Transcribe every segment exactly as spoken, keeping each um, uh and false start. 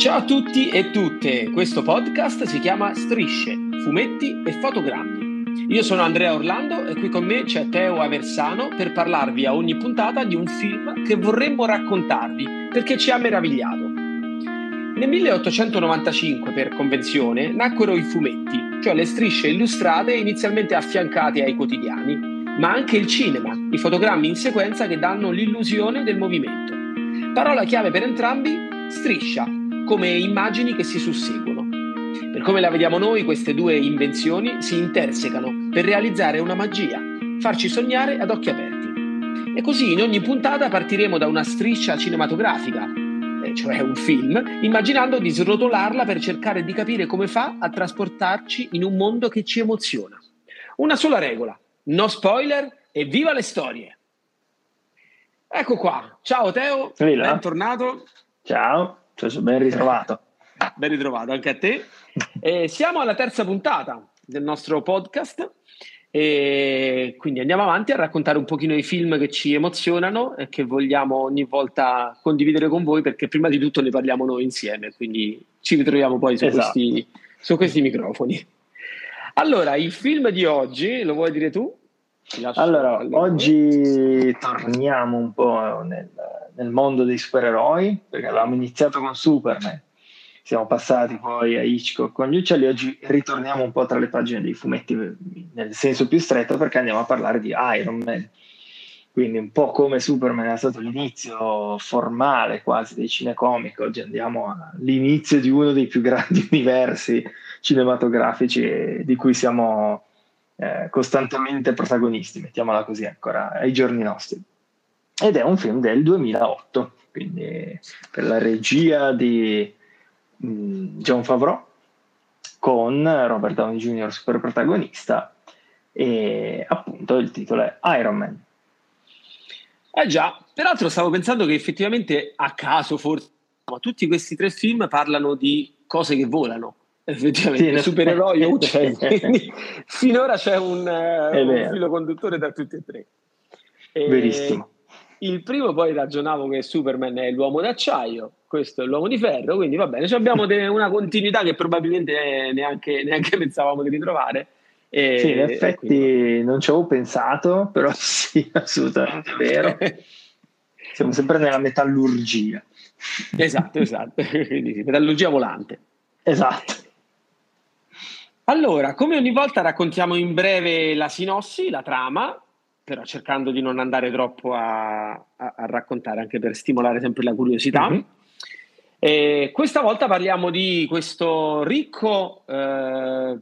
Ciao a tutti e tutte, questo podcast si chiama Strisce, fumetti e fotogrammi. Io sono Andrea Orlando e qui con me c'è Teo Aversano per parlarvi a ogni puntata di un film che vorremmo raccontarvi perché ci ha meravigliato. Nel milleottocentonovantacinque, per convenzione, nacquero i fumetti, cioè le strisce illustrate inizialmente affiancate ai quotidiani, ma anche il cinema, i fotogrammi in sequenza che danno l'illusione del movimento. Parola chiave per entrambi, striscia, come immagini che si susseguono. Per come la vediamo noi, queste due invenzioni si intersecano per realizzare una magia, farci sognare ad occhi aperti. E così in ogni puntata partiremo da una striscia cinematografica, cioè un film, immaginando di srotolarla per cercare di capire come fa a trasportarci in un mondo che ci emoziona. Una sola regola, no spoiler e viva le storie! Ecco qua, ciao Teo, bentornato. Ciao, cioè, ben ritrovato. Ben ritrovato anche a te. Eh, siamo alla terza puntata del nostro podcast e quindi andiamo avanti a raccontare un pochino i film che ci emozionano e che vogliamo ogni volta condividere con voi, perché prima di tutto ne parliamo noi insieme, quindi ci ritroviamo poi su, esatto. questi, su questi microfoni. Allora, il film di oggi, lo vuoi dire tu? Allora, oggi torniamo un po' nel, nel mondo dei supereroi, perché avevamo iniziato con Superman, siamo passati poi a Hitchcock con gli uccelli, oggi ritorniamo un po' tra le pagine dei fumetti nel senso più stretto, perché andiamo a parlare di Iron Man. Quindi un po' come Superman è stato l'inizio formale quasi dei cinecomic, oggi andiamo all'inizio di uno dei più grandi universi cinematografici di cui siamo eh, costantemente protagonisti, mettiamola così, ancora ai giorni nostri. Ed è un film del duemilaotto, quindi per la regia di Jon Favreau, con Robert Downey junior super protagonista, e appunto il titolo è Iron Man. Eh già, peraltro stavo pensando che effettivamente a caso forse ma tutti questi tre film parlano di cose che volano, effettivamente, sì, supereroi o uccelli, quindi finora c'è un, un filo conduttore tra tutti e tre. E verissimo. Il primo poi ragionavo che Superman è l'uomo d'acciaio, questo è l'uomo di ferro, quindi va bene, abbiamo de- una continuità che probabilmente neanche, neanche pensavamo di ritrovare. E, sì, in effetti quindi... non ci avevo pensato, però sì, assolutamente vero. Siamo sempre nella metallurgia. Esatto, esatto, quindi metallurgia volante. Esatto. Allora, come ogni volta raccontiamo in breve la sinossi, la trama, però cercando di non andare troppo a, a, a raccontare, anche per stimolare sempre la curiosità. Mm-hmm. E questa volta parliamo di questo ricco eh,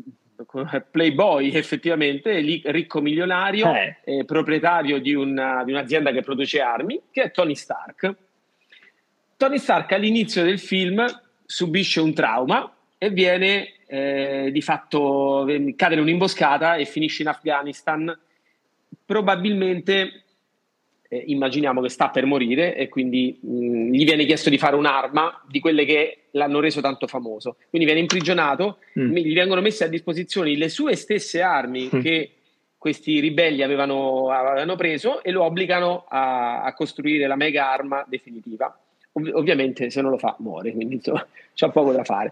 playboy, effettivamente, ricco milionario, eh. eh, proprietario di, una, di un'azienda che produce armi, che è Tony Stark. Tony Stark all'inizio del film subisce un trauma e viene eh, di fatto cade in un'imboscata e finisce in Afghanistan. Probabilmente eh, immaginiamo che sta per morire e quindi mh, gli viene chiesto di fare un'arma di quelle che l'hanno reso tanto famoso, quindi viene imprigionato, mm. gli vengono messe a disposizione le sue stesse armi mm. che questi ribelli avevano, avevano preso e lo obbligano a, a costruire la mega arma definitiva. Ov- ovviamente se non lo fa muore, quindi insomma c'ha poco da fare.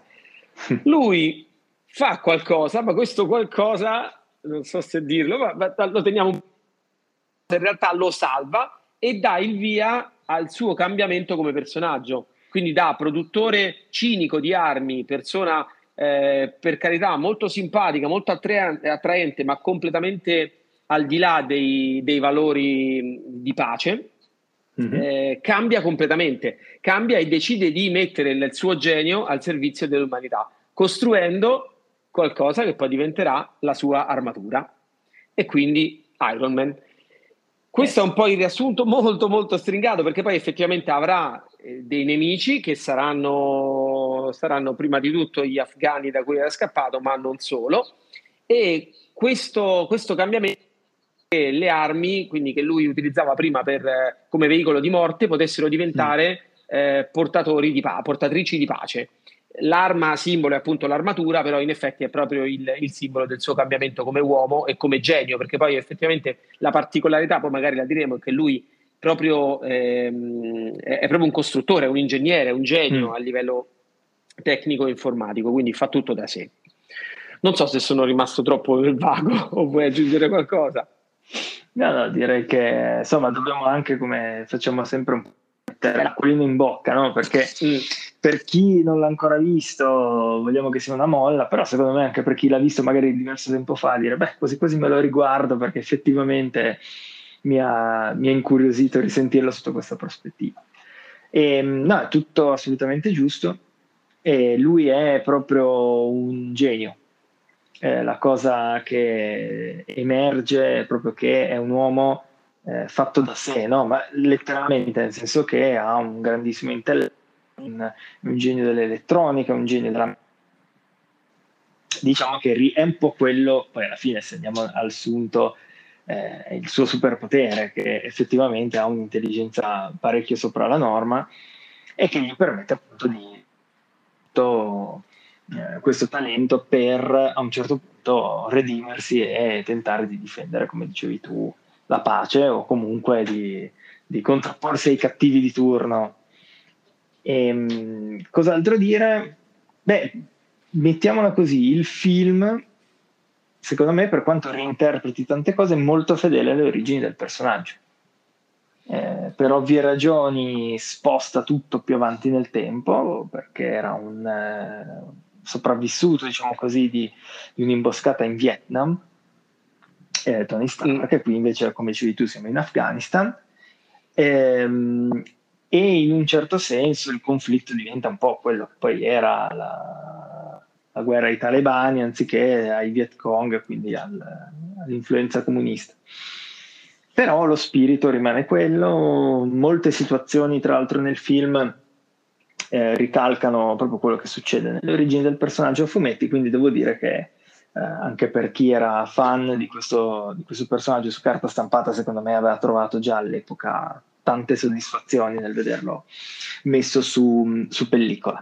Lui fa qualcosa, ma questo qualcosa non so se dirlo, ma, ma lo teniamo un po'. In realtà lo salva e dà il via al suo cambiamento come personaggio, quindi da produttore cinico di armi, persona eh, per carità molto simpatica, molto attraente, attraente ma completamente al di là dei, dei valori di pace, mm-hmm. eh, cambia completamente, cambia e decide di mettere il suo genio al servizio dell'umanità, costruendo qualcosa che poi diventerà la sua armatura e quindi Iron Man. Questo è un po' il riassunto molto molto stringato, perché poi effettivamente avrà eh, dei nemici che saranno, saranno prima di tutto gli afghani da cui era scappato, ma non solo, e questo, questo cambiamento, che le armi, quindi che lui utilizzava prima per, eh, come veicolo di morte, potessero diventare eh, portatori di pa- portatrici di pace. L'arma simbolo è appunto l'armatura, però in effetti è proprio il, il simbolo del suo cambiamento come uomo e come genio, perché poi effettivamente la particolarità, poi magari la diremo, è che lui proprio ehm, è proprio un costruttore, un ingegnere, un genio mm. a livello tecnico informatico, quindi fa tutto da sé. Non so se sono rimasto troppo nel vago o vuoi aggiungere qualcosa. No, no, direi che insomma dobbiamo anche, come facciamo sempre, un po' mettere l'acquolina in bocca, no? Perché mm. per chi non l'ha ancora visto vogliamo che sia una molla, però secondo me anche per chi l'ha visto magari diverso tempo fa, dire beh, quasi quasi me lo riguardo perché effettivamente mi ha, mi ha incuriosito risentirlo sotto questa prospettiva. E, no, è tutto assolutamente giusto e lui è proprio un genio. Eh, la cosa che emerge è proprio che è un uomo eh, fatto da sé, no? Ma letteralmente, nel senso che ha un grandissimo intelletto, un, un genio dell'elettronica, un genio della... Diciamo che è un po' quello, poi alla fine se andiamo al sunto, eh, il suo superpotere, che effettivamente ha un'intelligenza parecchio sopra la norma e che gli permette appunto di... To, Eh, questo talento per a un certo punto redimersi e tentare di difendere, come dicevi tu, la pace o comunque di, di contrapporsi ai cattivi di turno. E, cos'altro dire? Beh, mettiamola così, il film, secondo me, per quanto reinterpreti tante cose, è molto fedele alle origini del personaggio. Eh, per ovvie ragioni sposta tutto più avanti nel tempo, perché era un... Eh, sopravvissuto, diciamo così, di, di un'imboscata in Vietnam, eh, Tony Stark, mm. e qui invece, come dicevi tu, siamo in Afghanistan, ehm, e in un certo senso il conflitto diventa un po' quello che poi era la, la guerra ai talebani, anziché ai Viet Cong, quindi al, all'influenza comunista. Però lo spirito rimane quello, molte situazioni, tra l'altro, nel film Eh, ricalcano proprio quello che succede nelle origini del personaggio a fumetti, quindi devo dire che eh, anche per chi era fan di questo, di questo personaggio su carta stampata, secondo me aveva trovato già all'epoca tante soddisfazioni nel vederlo messo su, su pellicola.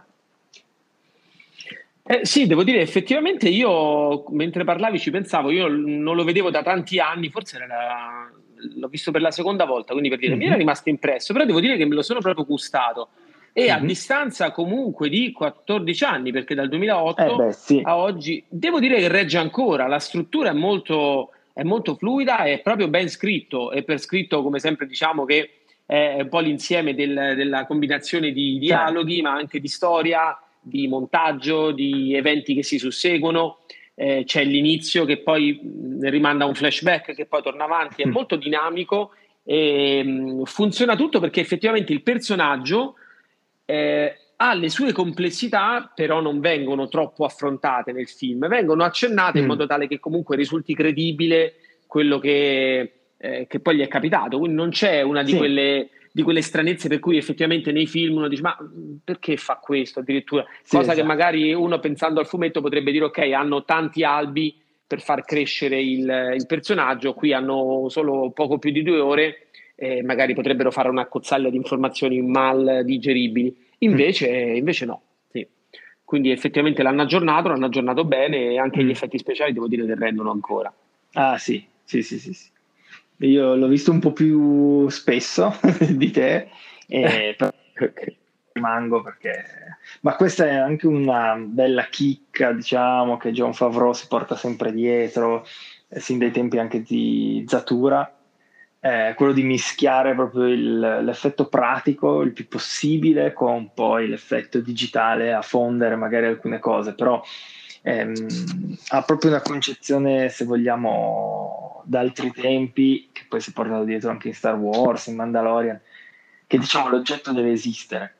Eh, sì, devo dire, effettivamente io, mentre parlavi ci pensavo, io non lo vedevo da tanti anni, forse era la, l'ho visto per la seconda volta, quindi per dire, mm-hmm. mi era rimasto impresso, però devo dire che me lo sono proprio gustato. E mm-hmm. a distanza comunque di quattordici anni, perché dal duemilaotto eh beh, sì. a oggi, devo dire che regge ancora, la struttura è molto, è molto fluida, è proprio ben scritto, e per scritto, come sempre diciamo, che è un po' l'insieme del, della combinazione di dialoghi, ma anche di storia, di montaggio, di eventi che si susseguono. Eh, c'è l'inizio che poi mh, rimanda a un flashback che poi torna avanti, è molto dinamico e mh, funziona tutto perché effettivamente il personaggio Eh, ha le sue complessità, però non vengono troppo affrontate nel film, vengono accennate mm. in modo tale che comunque risulti credibile quello che, eh, che poi gli è capitato, quindi non c'è una di, sì. quelle, di quelle stranezze per cui effettivamente nei film uno dice ma perché fa questo addirittura, sì, cosa esatto. che magari uno pensando al fumetto potrebbe dire ok, hanno tanti albi per far crescere il, il personaggio, qui hanno solo poco più di due ore, Eh, magari potrebbero fare una cozzaglia di informazioni mal digeribili, invece, mm. invece no, sì. Quindi effettivamente l'hanno aggiornato, l'hanno aggiornato bene e anche mm. gli effetti speciali devo dire che rendono ancora. Ah sì, sì, sì, sì, sì. Io l'ho visto un po' più spesso di te, e rimango perché... Ma questa è anche una bella chicca, diciamo, che Jon Favreau si porta sempre dietro, eh, sin dai tempi anche di Zatura, eh, quello di mischiare proprio il, l'effetto pratico il più possibile con poi l'effetto digitale, a fondere magari alcune cose, però ehm, ha proprio una concezione, se vogliamo, d'altri tempi, che poi si portano dietro anche in Star Wars, in Mandalorian, che diciamo l'oggetto deve esistere.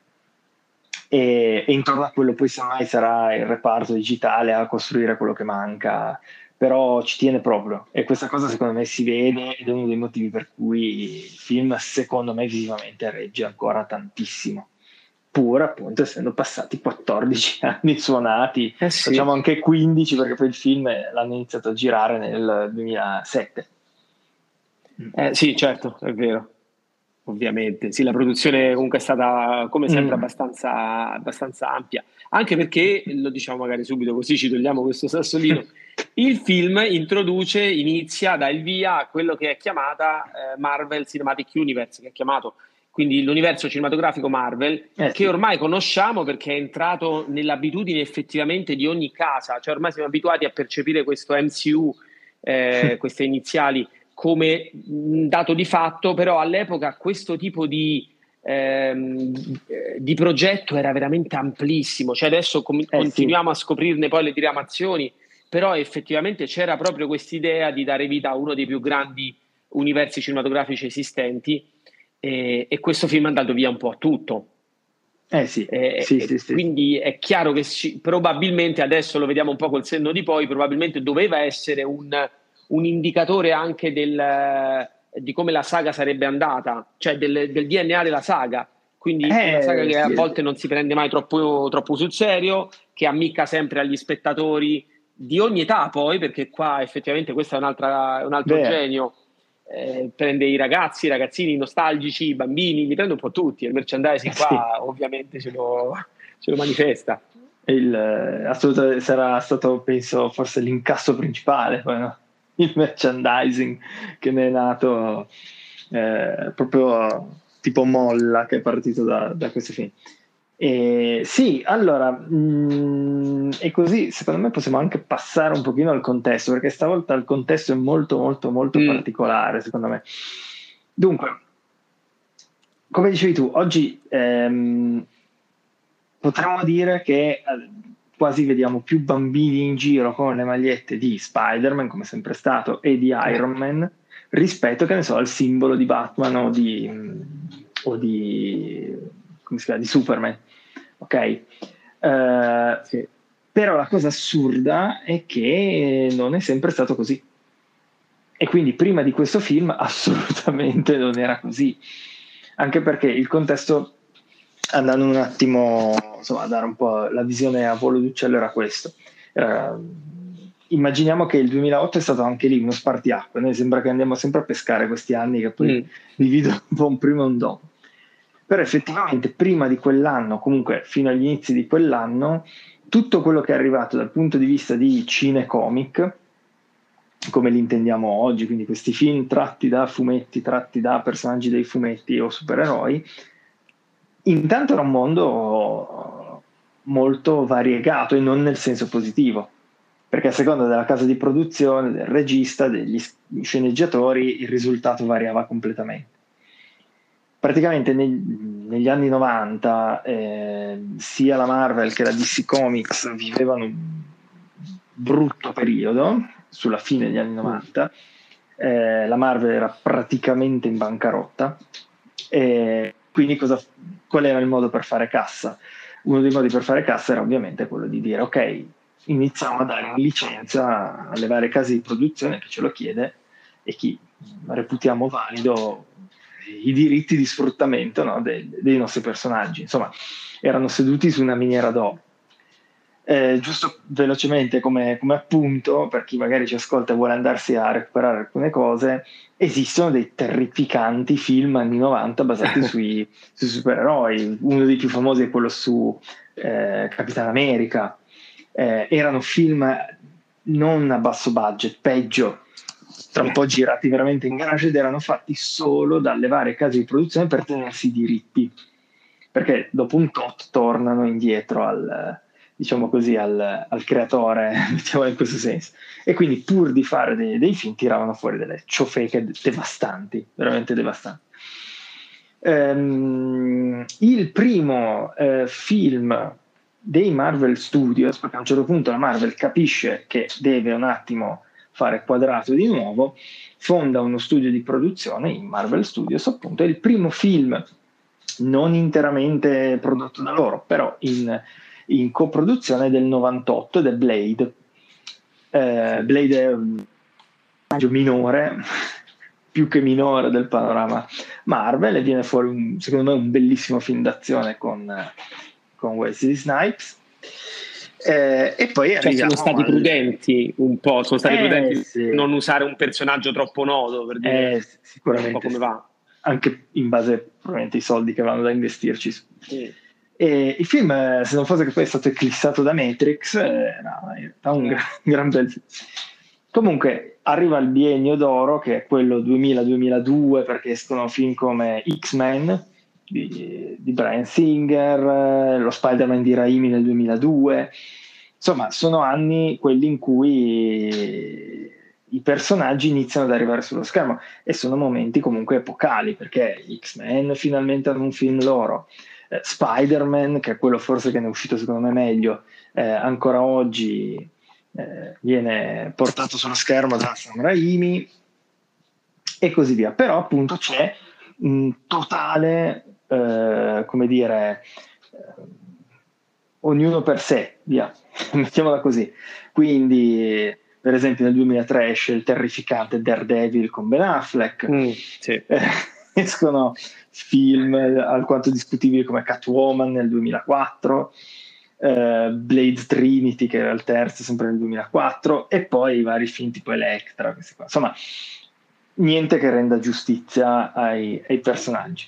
E, e intorno a quello poi semmai sarà il reparto digitale a costruire quello che manca, però ci tiene proprio e questa cosa secondo me si vede ed è uno dei motivi per cui il film secondo me visivamente regge ancora tantissimo, pur appunto essendo passati quattordici anni suonati, eh sì. facciamo anche quindici perché poi il film l'hanno iniziato a girare nel duemilasette. Eh, sì, certo, è vero. Ovviamente, sì, la produzione comunque è stata come sempre mm. abbastanza, abbastanza ampia, anche perché, lo diciamo magari subito così ci togliamo questo sassolino, il film introduce, inizia, dà il via a quello che è chiamata eh, Marvel Cinematic Universe, che è chiamato quindi l'universo cinematografico Marvel, eh, che ormai conosciamo perché è entrato nell'abitudine effettivamente di ogni casa, cioè ormai siamo abituati a percepire questo M C U, eh, queste iniziali, come un dato di fatto, però all'epoca questo tipo di, ehm, di progetto era veramente amplissimo, cioè adesso com- eh, continuiamo sì. a scoprirne poi le diramazioni, però effettivamente c'era proprio quest'idea di dare vita a uno dei più grandi universi cinematografici esistenti, e, e questo film è andato via un po' a tutto. Eh sì, E, sì, e sì, sì, quindi è chiaro che ci, probabilmente, adesso lo vediamo un po' col senno di poi, probabilmente doveva essere un, un indicatore anche del, di come la saga sarebbe andata, cioè del, del D N A della saga. Quindi una saga eh, che a sì, volte non si prende mai troppo, troppo sul serio, che ammicca sempre agli spettatori di ogni età poi, perché qua effettivamente questo è un, altra, un altro vero. genio. Eh, prende i ragazzi, i ragazzini nostalgici, i bambini, li prende un po' tutti. Il merchandising Sì. qua ovviamente ce lo, ce lo manifesta. Il, assolutamente sarà stato, penso, forse l'incasso principale, poi, no? Il merchandising che ne è nato eh, proprio tipo molla, che è partito da, da questo film. E, sì, allora, mh, e così secondo me possiamo anche passare un pochino al contesto, perché stavolta il contesto è molto molto molto Mm. particolare, secondo me. Dunque, come dicevi tu, oggi ehm, potremmo dire che eh, quasi vediamo più bambini in giro con le magliette di Spider-Man, come sempre stato, e di Iron Man, rispetto, che ne so, al simbolo di Batman o di, o di, come si chiama, di Superman. Ok? Eh, Sì. Però la cosa assurda è che non è sempre stato così. E quindi prima di questo film assolutamente non era così. Anche perché il contesto, andando un attimo, insomma, a dare un po' la visione a volo d'uccello, era questo. Era, immaginiamo che il duemilaotto è stato anche lì uno spartiacque. Noi sembra che andiamo sempre a pescare questi anni che poi Mm. dividono un po' un prima e un dopo. Però effettivamente prima di quell'anno, comunque fino agli inizi di quell'anno, tutto quello che è arrivato dal punto di vista di cinecomic, come li intendiamo oggi, quindi questi film tratti da fumetti, tratti da personaggi dei fumetti o supereroi, intanto era un mondo molto variegato e non nel senso positivo, perché a seconda della casa di produzione, del regista, degli sceneggiatori, il risultato variava completamente. Praticamente neg- negli anni novanta eh, sia la Marvel che la D C Comics vivevano un brutto periodo sulla fine degli anni novanta. Eh, la Marvel era praticamente in bancarotta, e quindi cosa, qual era il modo per fare cassa? Uno dei modi per fare cassa era ovviamente quello di dire ok, iniziamo a dare una licenza alle varie case di produzione che ce lo chiede e chi reputiamo valido i diritti di sfruttamento, no, dei, dei nostri personaggi. Insomma, erano seduti su una miniera d'oro. Eh, giusto velocemente come, come appunto, per chi magari ci ascolta e vuole andarsi a recuperare alcune cose, esistono dei terrificanti film anni novanta basati sui, sui supereroi. Uno dei più famosi è quello su eh, Capitan America. Eh, erano film non a basso budget, peggio, tra un po' girati veramente in garage, ed erano fatti solo dalle varie case di produzione per tenersi i diritti, perché dopo un tot tornano indietro al, diciamo così, al, al creatore, diciamo in questo senso. E quindi pur di fare dei, dei film tiravano fuori delle ciofeche devastanti, veramente devastanti. Um, il primo eh, film dei Marvel Studios, perché a un certo punto la Marvel capisce che deve un attimo fare quadrato di nuovo, fonda uno studio di produzione, in Marvel Studios appunto. È il primo film non interamente prodotto da loro, però in, in coproduzione del novantotto, ed è Blade. Eh, Blade è un personaggio minore, più che minore del panorama Marvel, e viene fuori un, secondo me un bellissimo film d'azione con, con Wesley Snipes. Eh, e poi cioè sono stati al... prudenti un po', sono stati eh, prudenti sì. non usare un personaggio troppo noto, per dire eh, sicuramente un po' come va. Anche in base probabilmente ai soldi che vanno da investirci. Sì. E il film, se non fosse che poi è stato eclissato da Matrix, eh, no, in realtà un gran, gran bel film. Comunque arriva il biennio d'oro, che è quello duemila duemiladue, perché escono film come X-Men, di, di Bryan Singer, lo Spider-Man di Raimi nel duemiladue. Insomma, sono anni quelli in cui i personaggi iniziano ad arrivare sullo schermo e sono momenti comunque epocali, perché gli X-Men finalmente hanno un film loro, eh, Spider-Man, che è quello forse che ne è uscito secondo me meglio, eh, ancora oggi eh, viene portato sullo schermo da Sam Raimi e così via. Però appunto c'è un totale, eh, come dire, eh, ognuno per sé, via, mettiamola così. Quindi per esempio nel duemilatré esce il terrificante Daredevil con Ben Affleck, mm, sì. eh, escono film alquanto discutibili come Catwoman nel duemilaquattro, eh, Blade Trinity che era il terzo sempre nel duemilaquattro, e poi i vari film tipo Electra, questi qua. Insomma, niente che renda giustizia ai, ai personaggi.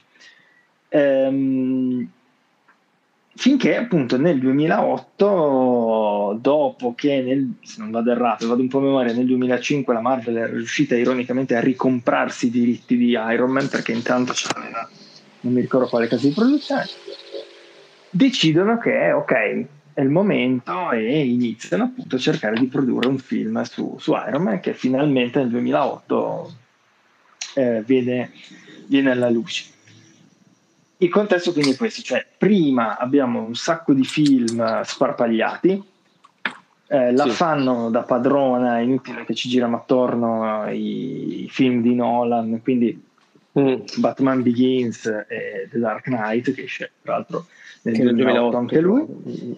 Ehm, finché appunto nel duemilaotto, dopo che nel, se non vado errato, vado un po' a memoria, nel duemilacinque la Marvel è riuscita ironicamente a ricomprarsi i diritti di Iron Man, perché intanto c'era, non mi ricordo quale casa di produzione, decidono che ok, è il momento, e iniziano appunto a cercare di produrre un film su, su Iron Man, che finalmente nel duemilaotto eh, viene, viene alla luce. Il contesto quindi è questo, cioè prima abbiamo un sacco di film sparpagliati, eh, la Sì. fanno da padrona, è inutile che ci giriamo attorno i, i film di Nolan, quindi mm. Batman Begins e The Dark Knight, che esce tra l'altro nel duemilaotto anche lui,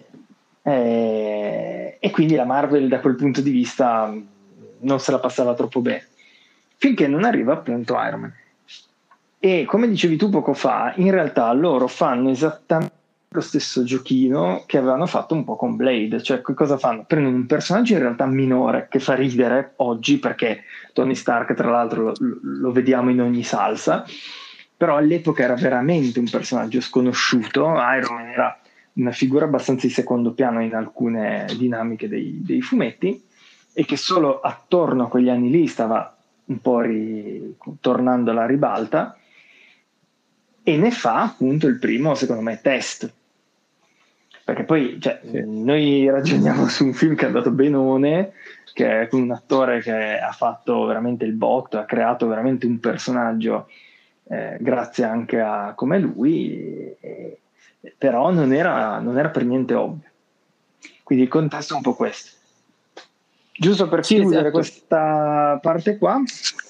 e, e quindi la Marvel da quel punto di vista non se la passava troppo bene, finché non arriva appunto Iron Man. E come dicevi tu poco fa, in realtà loro fanno esattamente lo stesso giochino che avevano fatto un po' con Blade. Cioè, che cosa fanno? Prendono un personaggio in realtà minore che fa ridere oggi, perché Tony Stark tra l'altro lo, lo vediamo in ogni salsa, però all'epoca era veramente un personaggio sconosciuto. Iron Man era una figura abbastanza di secondo piano in alcune dinamiche dei, dei fumetti, e che solo attorno a quegli anni lì stava un po' ri, tornando alla ribalta, e ne fa appunto il primo, secondo me, test. Perché poi cioè, sì. noi ragioniamo su un film che è andato benone, che è con un attore che ha fatto veramente il botto, ha creato veramente un personaggio eh, grazie anche a come lui, eh, però non era, non era per niente ovvio. Quindi il contesto è un po' questo. Giusto per sì, chiudere esatto. questa parte qua,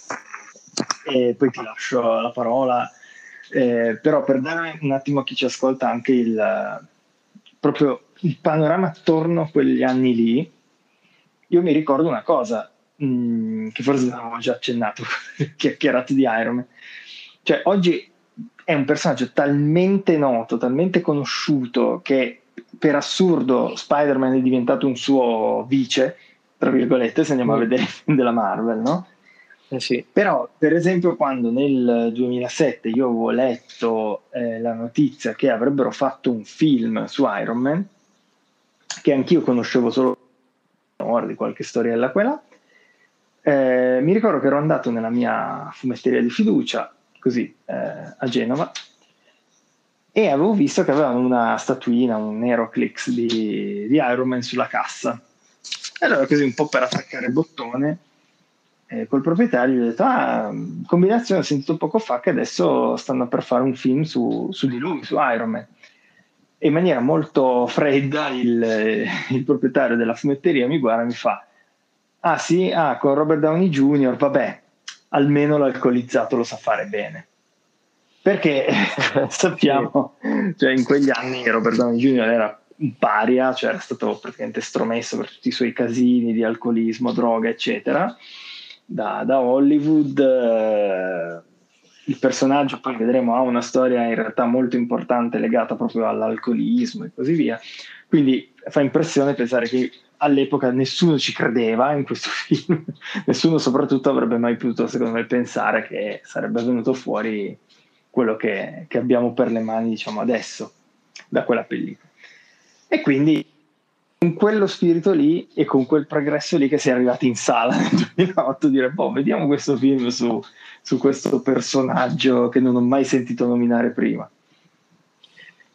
e poi ti lascio la parola. Eh, però per dare un attimo a chi ci ascolta anche il proprio il panorama attorno a quegli anni lì, io mi ricordo una cosa mh, che forse avevo già accennato chiacchierato di Iron Man, cioè oggi è un personaggio talmente noto, talmente conosciuto, che per assurdo Spider-Man è diventato un suo vice, tra virgolette, se andiamo mm. a vedere i film della Marvel, no? Eh sì. Però per esempio quando nel duemilasette io avevo letto eh, la notizia che avrebbero fatto un film su Iron Man, che anch'io conoscevo solo di qualche storiella quella, eh, mi ricordo che ero andato nella mia fumetteria di fiducia, così eh, a Genova, e avevo visto che avevano una statuina, un Heroclix di, di Iron Man sulla cassa. E allora così un po' per attaccare il bottone, Eh, col proprietario gli ho detto: ah, combinazione, ho sentito poco fa che adesso stanno per fare un film su, su di lui, su Iron Man. E in maniera molto fredda il, il proprietario della fumetteria mi guarda e mi fa: ah sì, ah, con Robert Downey junior, vabbè, almeno l'alcolizzato lo sa fare bene. Perché sappiamo, cioè in quegli anni Robert Downey junior era un paria, cioè era stato praticamente stromesso per tutti i suoi casini di alcolismo, droga, eccetera. Da, da Hollywood, eh, il personaggio poi vedremo ha una storia in realtà molto importante legata proprio all'alcolismo e così via, quindi fa impressione pensare che all'epoca nessuno ci credeva in questo film, nessuno soprattutto avrebbe mai potuto secondo me pensare che sarebbe venuto fuori quello che, che abbiamo per le mani, diciamo, adesso da quella pellicola. E quindi con quello spirito lì e con quel progresso lì che si è arrivati in sala nel duemilaotto a dire: boh, vediamo questo film su, su questo personaggio che non ho mai sentito nominare prima.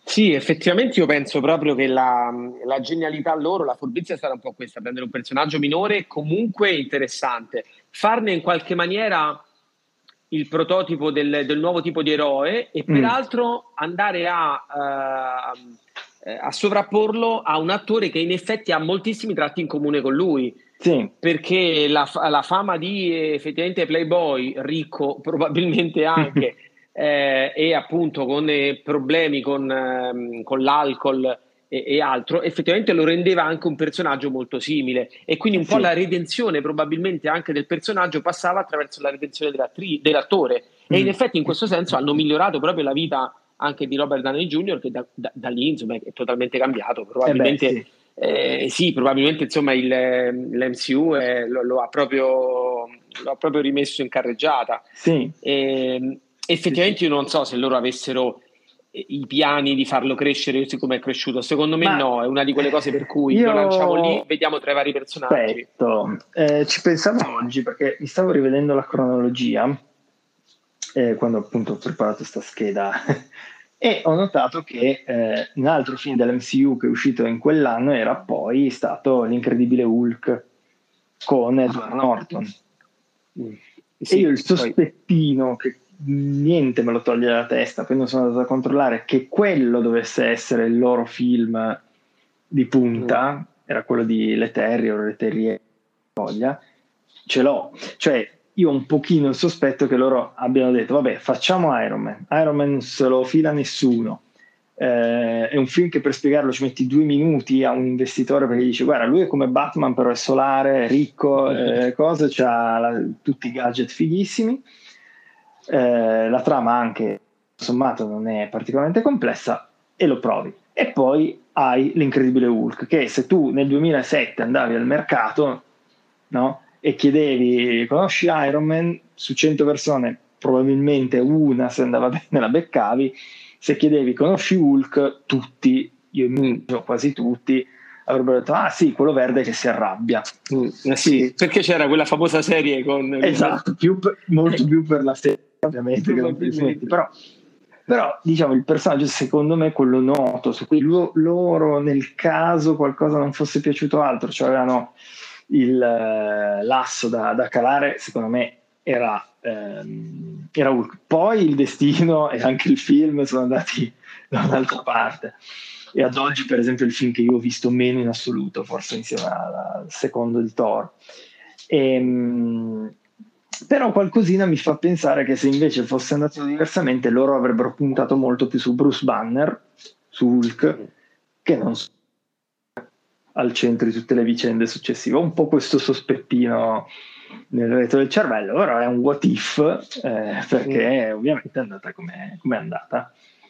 Sì, effettivamente io penso proprio che la, la genialità loro, la furbizia è stata un po' questa: prendere un personaggio minore comunque interessante, farne in qualche maniera il prototipo del, del nuovo tipo di eroe e Mm, peraltro andare a, eh, a sovrapporlo a un attore che in effetti ha moltissimi tratti in comune con lui, sì. perché la, la fama di eh, effettivamente playboy, ricco probabilmente anche, eh, e appunto con eh, problemi con, ehm, con l'alcol e, e altro, effettivamente lo rendeva anche un personaggio molto simile, e quindi Eh un po' la sì. redenzione probabilmente anche del personaggio passava attraverso la redenzione dell'attri- dell'attore, e in Mm. effetti in questo senso hanno migliorato proprio la vita anche di Robert Downey junior, che da, da, da lì insomma è totalmente cambiato, Eh beh, probabilmente sì. eh, sì, probabilmente insomma il, l'M C U è- lo, lo ha proprio, lo ha proprio rimesso in carreggiata. Sì, E, sì, sì. effettivamente io non so se loro avessero eh, i piani di farlo crescere siccome è cresciuto. Secondo me Ma no, è una di quelle cose per cui lo lanciamo lì, io vediamo tra i vari personaggi. aspetto, eh, ci pensavo oggi perché mi stavo rivedendo la cronologia eh, quando appunto ho preparato questa scheda e ho notato che eh, un altro film dell'M C U che è uscito in quell'anno era poi stato L'incredibile Hulk con Edward Norton. Mm. E io Sì, il poi sospettino che niente me lo toglie dalla testa, poi non sono andato a controllare che quello dovesse essere il loro film di mm, punta, era quello di Le Terrier, Le Terrier, voglia, ce l'ho. Cioè, io ho un pochino il sospetto che loro abbiano detto, vabbè, facciamo Iron Man. Iron Man non se lo fila nessuno. Eh, è un film che per spiegarlo ci metti due minuti a un investitore perché gli dice guarda lui è come Batman però è solare, è ricco, eh, cosa, c'ha tutti i gadget fighissimi, eh, la trama anche sommato non è particolarmente complessa e lo provi e poi hai l'incredibile Hulk che se tu nel duemilasette andavi al mercato, no? E chiedevi conosci Iron Man, su cento persone probabilmente una se andava bene la beccavi, se chiedevi conosci Hulk, tutti, io mm, immagino quasi tutti, avrebbero detto ah sì, quello verde che si arrabbia. mm, eh sì, Sì, perché c'era quella famosa serie con Leonardo. esatto, più per- molto più per la serie ovviamente che non per i fumetti, Probabilmente. però, però diciamo il personaggio secondo me è quello noto, su cui lo- loro nel caso qualcosa non fosse piaciuto altro, cioè avevano il, eh, l'asso da, da calare, secondo me era, ehm, era Hulk. Poi il destino e anche il film sono andati da un'altra parte. E ad oggi, per esempio, è il film che io ho visto meno in assoluto, forse insieme al al secondo di Thor. Ehm, però qualcosina mi fa pensare che se invece fosse andato diversamente, loro avrebbero puntato molto più su Bruce Banner, su Hulk, Mm. che non su al centro di tutte le vicende successive. Ho un po' questo sospettino nel retro del cervello, però è un what if, eh, Mm. perché ovviamente è andata come è andata.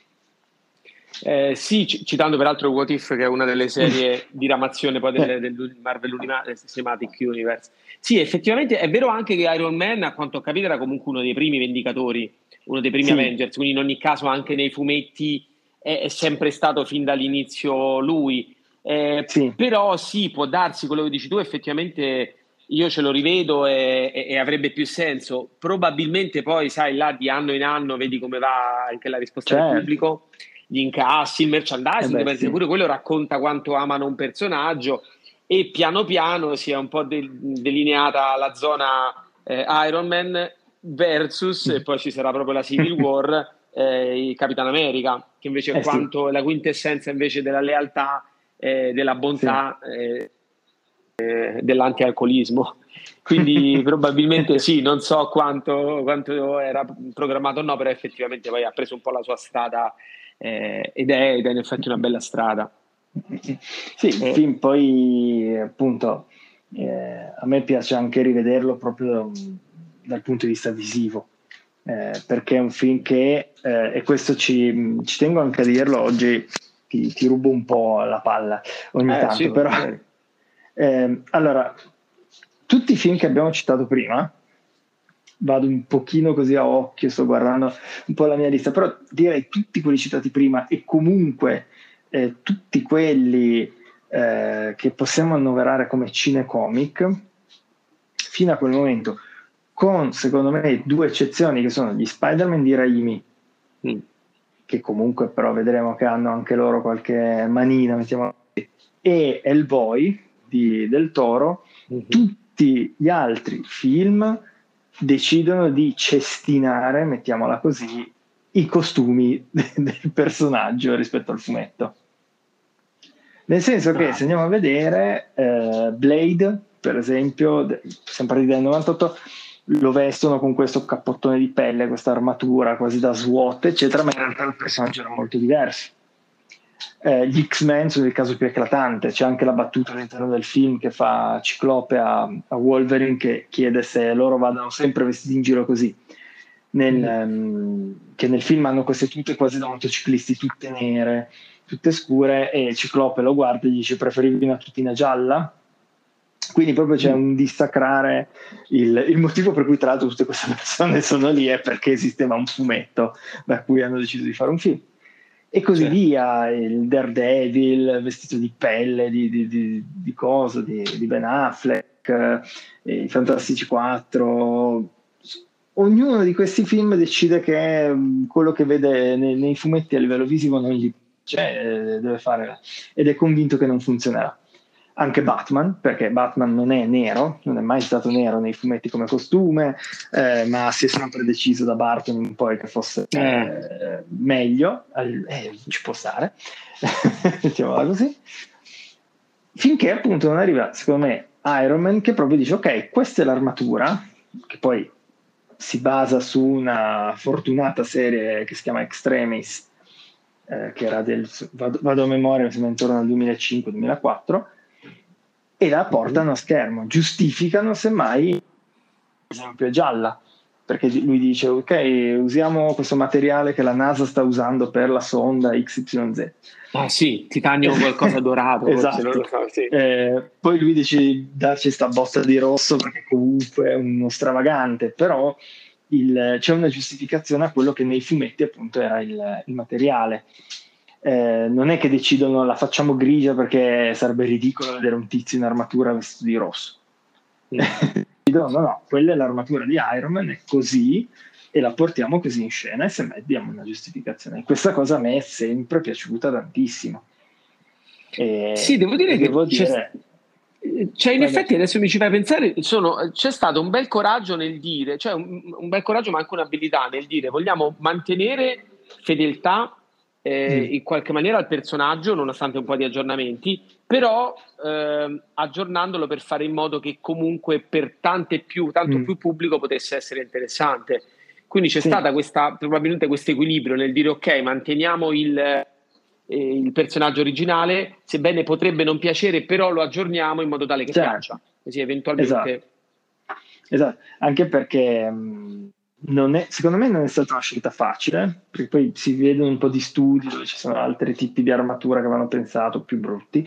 Eh, sì, c- citando peraltro What If, che è una delle serie di ramazione poi Eh, del, del Marvel Unima- eh, Cinematic Universe. Sì, effettivamente è vero anche che Iron Man, a quanto ho capito, era comunque uno dei primi Vendicatori, uno dei primi sì, Avengers, quindi in ogni caso anche nei fumetti è, è sempre stato fin dall'inizio lui. Eh, sì, però sì, può darsi quello che dici tu, effettivamente io ce lo rivedo e, e- e avrebbe più senso. Probabilmente poi, sai, là di anno in anno vedi come va anche la risposta del certo. pubblico, gli incassi, il Eh merchandising, beh, perché sì. pure quello racconta quanto amano un personaggio, e piano piano si è un po' de- delineata la zona eh, Iron Man versus, e poi ci sarà proprio la Civil War, eh, il Capitan America, che invece è Eh sì, quanto la quintessenza invece della lealtà, eh, della sì. bontà, eh, eh, dell'antialcolismo. Quindi probabilmente sì, non so quanto, quanto era programmato o no, però effettivamente poi ha preso un po' la sua strada, eh, ed, è, ed è in effetti una bella strada. Sì, il Eh, film poi appunto eh, a me piace anche rivederlo proprio dal punto di vista visivo, eh, perché è un film che, eh, e questo ci, ci tengo anche a dirlo oggi, ti, ti rubo un po' la palla ogni eh, sì, tanto, però magari. eh, allora, tutti i film che abbiamo citato prima, vado un pochino così a occhio, sto guardando un po' la mia lista, però direi tutti quelli citati prima e comunque eh, tutti quelli eh, che possiamo annoverare come cinecomic, fino a quel momento, con secondo me due eccezioni che sono gli Spider-Man di Raimi Mm. che comunque però vedremo che hanno anche loro qualche manina, mettiamo così, e Hellboy di, del Toro, mm-hmm. tutti gli altri film decidono di cestinare, mettiamola così, i costumi del personaggio rispetto al fumetto. Nel senso che se andiamo a vedere eh, Blade, per esempio, sempre del novantotto, lo vestono con questo cappottone di pelle, questa armatura quasi da SWAT, eccetera, ma in realtà il personaggio era molto diverso. Eh, gli X-Men sono il caso più eclatante, c'è anche la battuta all'interno del film che fa Ciclope a, a Wolverine, che chiede se loro vadano sempre vestiti in giro così, nel, mm. um, che nel film hanno queste tute quasi da motociclisti, tutte nere, tutte scure, e Ciclope lo guarda e gli dice: preferivi una tutina gialla? Quindi proprio c'è un dissacrare il, il motivo per cui tra l'altro tutte queste persone sono lì è perché esisteva un fumetto da cui hanno deciso di fare un film, e così certo. via. Il Daredevil vestito di pelle di, di, di, di cosa di, di Ben Affleck, eh, i Fantastici quattro, ognuno di questi film decide che um, quello che vede nei, nei fumetti a livello visivo non gli piace, eh, deve fare, ed è convinto che non funzionerà. Anche Batman, perché Batman non è nero, non è mai stato nero nei fumetti come costume, eh, ma si è sempre deciso da Barton in poi che fosse eh, meglio, eh, ci può stare, diciamola così, finché appunto non arriva, secondo me, Iron Man, che proprio dice: ok, questa è l'armatura, che poi si basa su una fortunata serie che si chiama Extremis, eh, che era del, vado, vado a memoria, mi sembra intorno al duemilacinque duemilaquattro, e la portano a schermo, giustificano semmai, per esempio, è gialla, perché lui dice: ok, usiamo questo materiale che la NASA sta usando per la sonda X Y Z. Ah sì, titanio qualcosa dorato. Esatto. Non lo so, sì. eh, poi lui dice di darci sta botta di rosso perché comunque è uno stravagante, però il, c'è una giustificazione a quello che nei fumetti appunto era il, il materiale. Eh, non è che decidono la facciamo grigia perché sarebbe ridicolo vedere un tizio in armatura vestito di rosso. Mm. no, no, no, quella è l'armatura di Iron Man, è così, e la portiamo così in scena, e semmai diamo una giustificazione. Questa cosa a me è sempre piaciuta tantissimo. E, sì, devo dire che devo c'è, dire, cioè in effetti adesso mi ci fai pensare, sono, c'è stato un bel coraggio nel dire, cioè un, un bel coraggio ma anche un'abilità nel dire: vogliamo mantenere fedeltà eh, mm. in qualche maniera al personaggio nonostante un po' di aggiornamenti, però eh, aggiornandolo per fare in modo che comunque per tante più, tanto mm. più pubblico potesse essere interessante. Quindi c'è sì. stata questa, probabilmente questo equilibrio nel dire: ok, manteniamo il, eh, il personaggio originale, sebbene potrebbe non piacere, però lo aggiorniamo in modo tale che certo. piaccia, così eventualmente. Esatto, esatto. Anche perché mh, non è, secondo me non è stata una scelta facile, perché poi si vedono un po' di studi dove ci sono altri tipi di armatura che avevano pensato più brutti.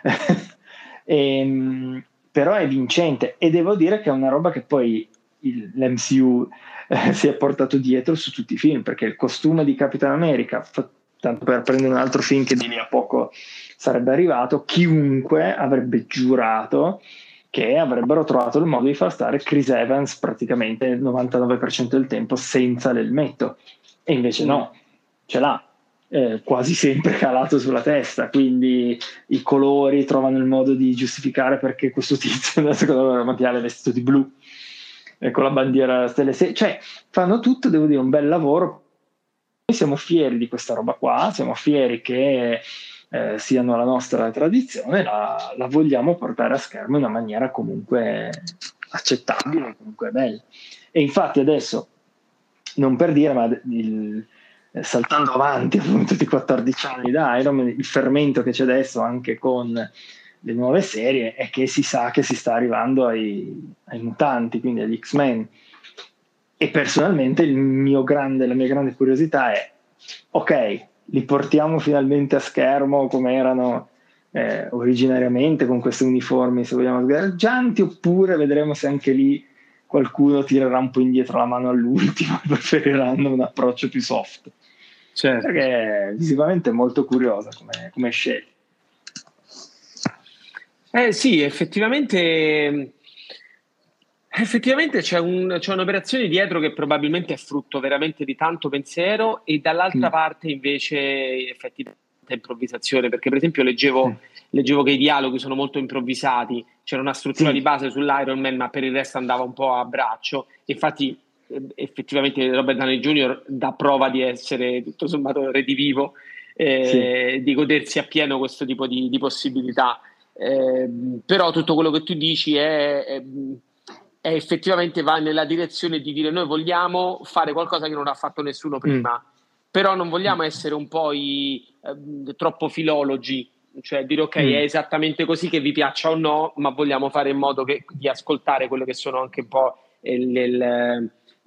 e, mh, però è vincente, e devo dire che è una roba che poi il, l'M C U eh, si è portato dietro su tutti i film, perché il costume di Capitan America, fa, tanto per prendere un altro film che di lì a poco sarebbe arrivato, chiunque avrebbe giurato che avrebbero trovato il modo di far stare Chris Evans praticamente il novantanove per cento del tempo senza l'elmetto, e invece no, ce l'ha. Eh, quasi sempre calato sulla testa, quindi i colori trovano il modo di giustificare perché questo tizio secondo me era materiale vestito di blu e con la bandiera stelle sei, cioè fanno tutto, devo dire, un bel lavoro. Noi siamo fieri di questa roba qua, siamo fieri che eh, siano la nostra tradizione, la, la vogliamo portare a schermo in una maniera comunque accettabile, comunque bella. E infatti adesso, non per dire, ma il saltando avanti appunto di quattordici anni da Iron Man, il fermento che c'è adesso anche con le nuove serie è che si sa che si sta arrivando ai, ai mutanti, quindi agli X-Men, e personalmente il mio grande, la mia grande curiosità è: ok, li portiamo finalmente a schermo come erano eh, originariamente, con questi uniformi, se vogliamo, sgargianti, oppure vedremo se anche lì qualcuno tirerà un po' indietro la mano all'ultimo e preferiranno un approccio più soft. Certo. Perché visivamente è molto curiosa come, come scelta. Eh sì, effettivamente Effettivamente c'è, un, c'è un'operazione dietro che probabilmente è frutto veramente di tanto pensiero e dall'altra Mm. parte invece effetti di tanta improvvisazione, perché per esempio leggevo, Sì, leggevo che i dialoghi sono molto improvvisati, c'era una struttura di sì, base sull'Iron Man ma per il resto andava un po' a braccio, infatti eh, effettivamente Robert Downey junior dà prova di essere tutto sommato redivivo, sì. eh, di godersi appieno questo tipo di, di possibilità. Eh, però tutto quello che tu dici è, è, è effettivamente va nella direzione di dire noi vogliamo fare qualcosa che non ha fatto nessuno Mm. prima, però non vogliamo essere un po' i, eh, troppo filologi, cioè dire ok è Mm. esattamente così che vi piaccia o no, ma vogliamo fare in modo che, di ascoltare quello che sono anche un po' eh, le, le,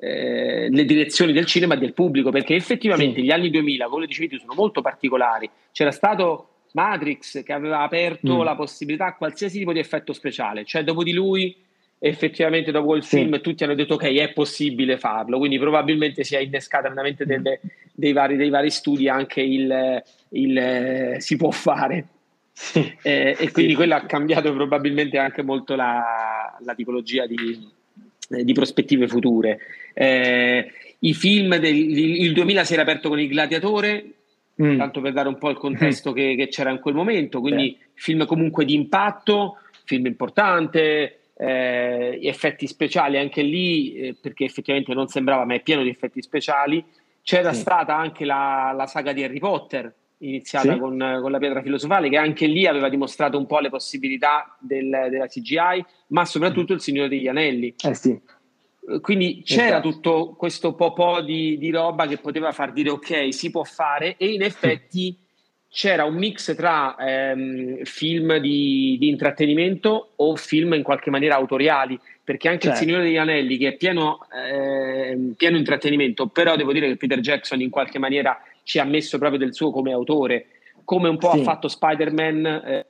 eh, le direzioni del cinema e del pubblico, perché effettivamente Sì. gli anni duemila, come dicevi tu, sono molto particolari. C'era stato Matrix che aveva aperto Mm. la possibilità a qualsiasi tipo di effetto speciale, cioè dopo di lui effettivamente dopo quel Sì. film tutti hanno detto ok è possibile farlo, quindi probabilmente si è innescata nella mente Mm. delle, dei, vari, dei vari studi anche il, il eh, si può fare. Sì. Eh, e Sì, quindi sì, quello ha sì. cambiato probabilmente anche molto la, la tipologia di, eh, di prospettive future. Eh, I film del il, il duemila si era aperto con Il Gladiatore, Mm. tanto per dare un po' il Mm. contesto che, che c'era in quel momento, Sì. quindi film comunque di impatto, film importante, eh, effetti speciali anche lì, eh, perché effettivamente non sembrava, ma è pieno di effetti speciali. C'era Sì. stata anche la, la saga di Harry Potter, iniziata Sì. con, con la pietra filosofale, che anche lì aveva dimostrato un po' le possibilità del- della C G I, ma Mm. soprattutto il Signore degli Anelli. Eh sì, Quindi c'era esatto. tutto questo po' di, di roba che poteva far dire ok, si può fare, e in Mm. effetti c'era un mix tra ehm, film di, di intrattenimento o film in qualche maniera autoriali, perché anche Il Certo. Signore degli Anelli, che è pieno, ehm, pieno intrattenimento, però devo dire che Peter Jackson in qualche maniera ci ha messo proprio del suo come autore, come un po' ha Sì, fatto Spider-Man. eh,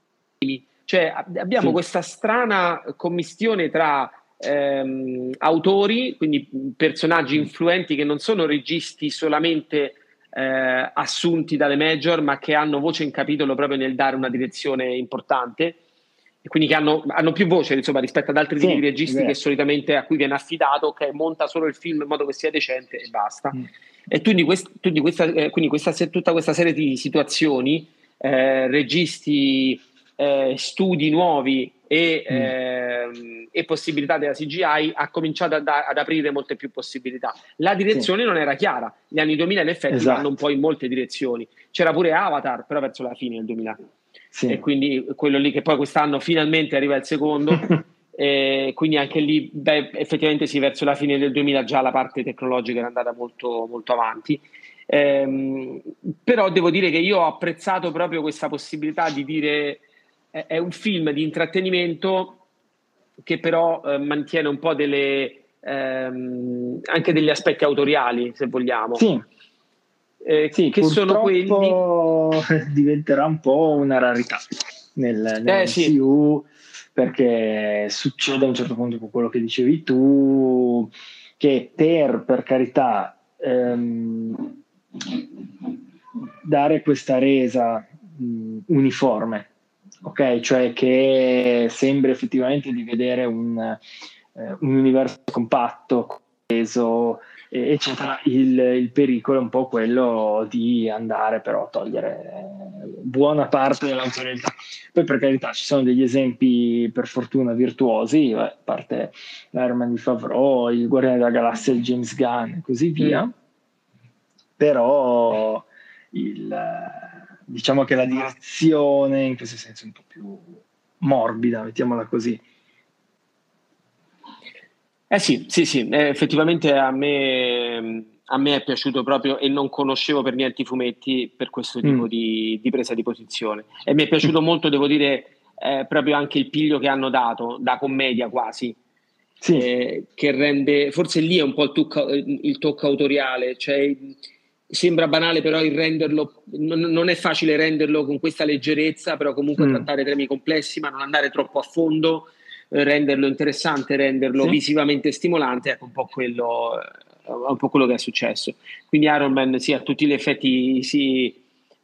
cioè ab- abbiamo sì. questa strana commistione tra ehm, autori, quindi personaggi Mm. influenti che non sono registi solamente eh, assunti dalle major, ma che hanno voce in capitolo proprio nel dare una direzione importante, e quindi che hanno, hanno più voce insomma, rispetto ad altri Sì, tipi di è registi che vero. solitamente a cui viene affidato, ok, monta solo il film in modo che sia decente e basta. Mm. E quindi, quest, quindi, questa, eh, quindi questa, tutta questa serie di situazioni, eh, registi, eh, studi nuovi e, Mm. ehm, e possibilità della C G I ha cominciato ad, ad aprire molte più possibilità. La Sì, direzione non era chiara, gli anni duemila in effetti vanno un esatto. po' in molte direzioni. C'era pure Avatar, però verso la fine del duemila, e Sì. quindi quello lì che poi quest'anno finalmente arriva il secondo. E quindi anche lì, beh, effettivamente sì, verso la fine del duemila già la parte tecnologica era andata molto, molto avanti. Ehm, però devo dire che io ho apprezzato proprio questa possibilità di dire è, è un film di intrattenimento che però eh, mantiene un po' delle, ehm, anche degli aspetti autoriali, se vogliamo, Sì, eh, sì, che sono quelli. purtroppo diventerà un po' una rarità nel, Eh sì, nell'M C U perché succede a un certo punto con quello che dicevi tu, che per, per carità, ehm, dare questa resa mh, uniforme, ok? Cioè che sembra effettivamente di vedere un, eh, un universo compatto, coeso, eccetera. Il, il pericolo è un po' quello di andare però a togliere eh, buona parte dell'autorità. Poi per carità ci sono degli esempi per fortuna virtuosi, a parte l'Iron Man di Favreau, il Guardiano della Galassia di James Gunn e così mm. via, però il, diciamo che la direzione in questo senso è un po' più morbida, mettiamola così. Eh sì, sì, sì, eh, effettivamente a me, a me è piaciuto proprio, e non conoscevo per niente i fumetti per questo tipo Mm. di, di presa di posizione. E mi è piaciuto molto, devo dire, eh, proprio anche il piglio che hanno dato, da commedia quasi, Sì, eh, che rende, forse lì è un po' il tocco, il tocco autoriale, cioè sembra banale, però il renderlo, non, non è facile renderlo con questa leggerezza, però comunque mm. trattare temi complessi, ma non andare troppo a fondo, renderlo interessante, renderlo Sì, visivamente stimolante, ecco un po' quello, un po' quello che è successo. Quindi Iron Man sì, a tutti gli effetti sì, è,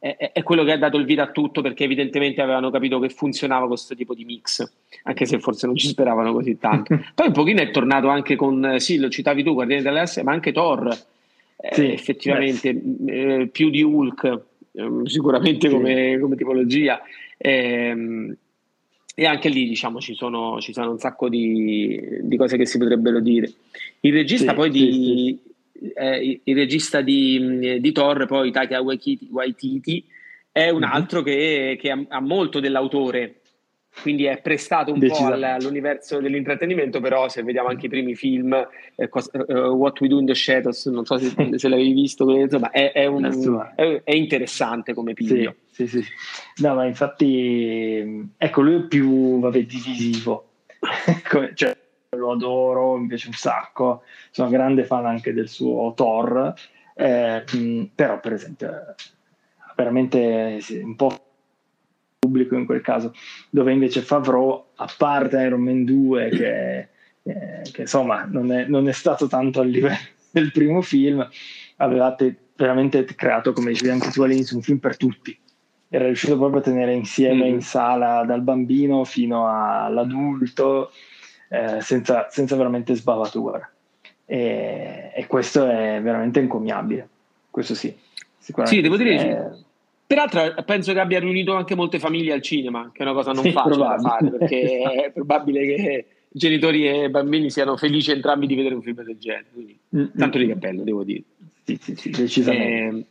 è, è quello che ha dato il vita a tutto, perché evidentemente avevano capito che funzionava questo tipo di mix, anche se forse non ci speravano così tanto. Poi un pochino è tornato anche con, sì, lo citavi tu, Guardiani della Galassia, ma anche Thor, eh, Sì, effettivamente, eh, più di Hulk, eh, sicuramente sì. come, come tipologia. Ehm, e anche lì, diciamo, ci sono, ci sono un sacco di, di cose che si potrebbero dire. Il regista Sì, poi sì, sì, di sì. eh, il regista di, di Thor, poi Taika Waititi, Waititi è un Mhm. altro che, che ha, ha molto dell'autore, quindi è prestato un po' al- Decisamente. all'universo dell'intrattenimento, però se vediamo anche i primi film, eh, cos- eh, What We Do in the Shadows, non so se, Sì, se l'avevi visto, insomma è, è la un- sua. è- è interessante come Sì, piglio. sì, sì. No, ma infatti, ecco, lui è più, vabbè, divisivo. Come- cioè, lo adoro, mi piace un sacco. Sono grande fan anche del suo Thor. Eh, mh, però, per esempio, eh, veramente sì, un po' pubblico in quel caso, dove invece Favreau, a parte Iron Man due, che, eh, che insomma non è, non è stato tanto al livello del primo film, avevate veramente creato, come dicevi anche tu all'inizio, un film per tutti. Era riuscito proprio a tenere insieme in Mhm. sala dal bambino fino all'adulto, eh, senza, senza veramente sbavatura. E, e questo è veramente encomiabile. Questo sì, Sì, sicuramente devo sì. dire sì. È... Peraltro penso che abbia riunito anche molte famiglie al cinema, che è una cosa non Sì, facile da fare, probabile. perché è probabile che genitori e bambini siano felici entrambi di vedere un film del genere. Quindi, Mm, mm, tanto di mm. cappello, devo dire. Sì, sì, sì, decisamente. Eh,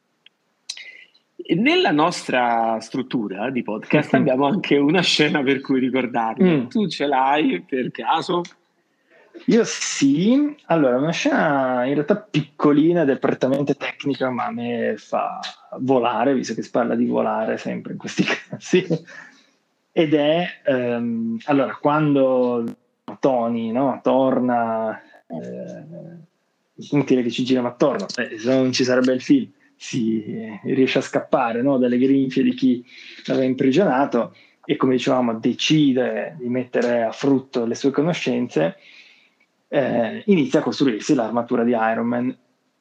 nella nostra struttura di podcast abbiamo anche una scena per cui ricordarlo. Mm. Tu ce l'hai per caso? Io sì, allora, una scena in realtà piccolina ed è prettamente tecnica, ma a me fa volare, visto che si parla di volare sempre in questi casi. Ed è, ehm, allora, quando Tony, no, torna, eh, inutile che ci giriamo attorno, eh, se no non ci sarebbe il film, si eh, riesce a scappare, no, dalle grinfie di chi l'aveva imprigionato e, come dicevamo, decide di mettere a frutto le sue conoscenze, eh, inizia a costruirsi l'armatura di Iron Man.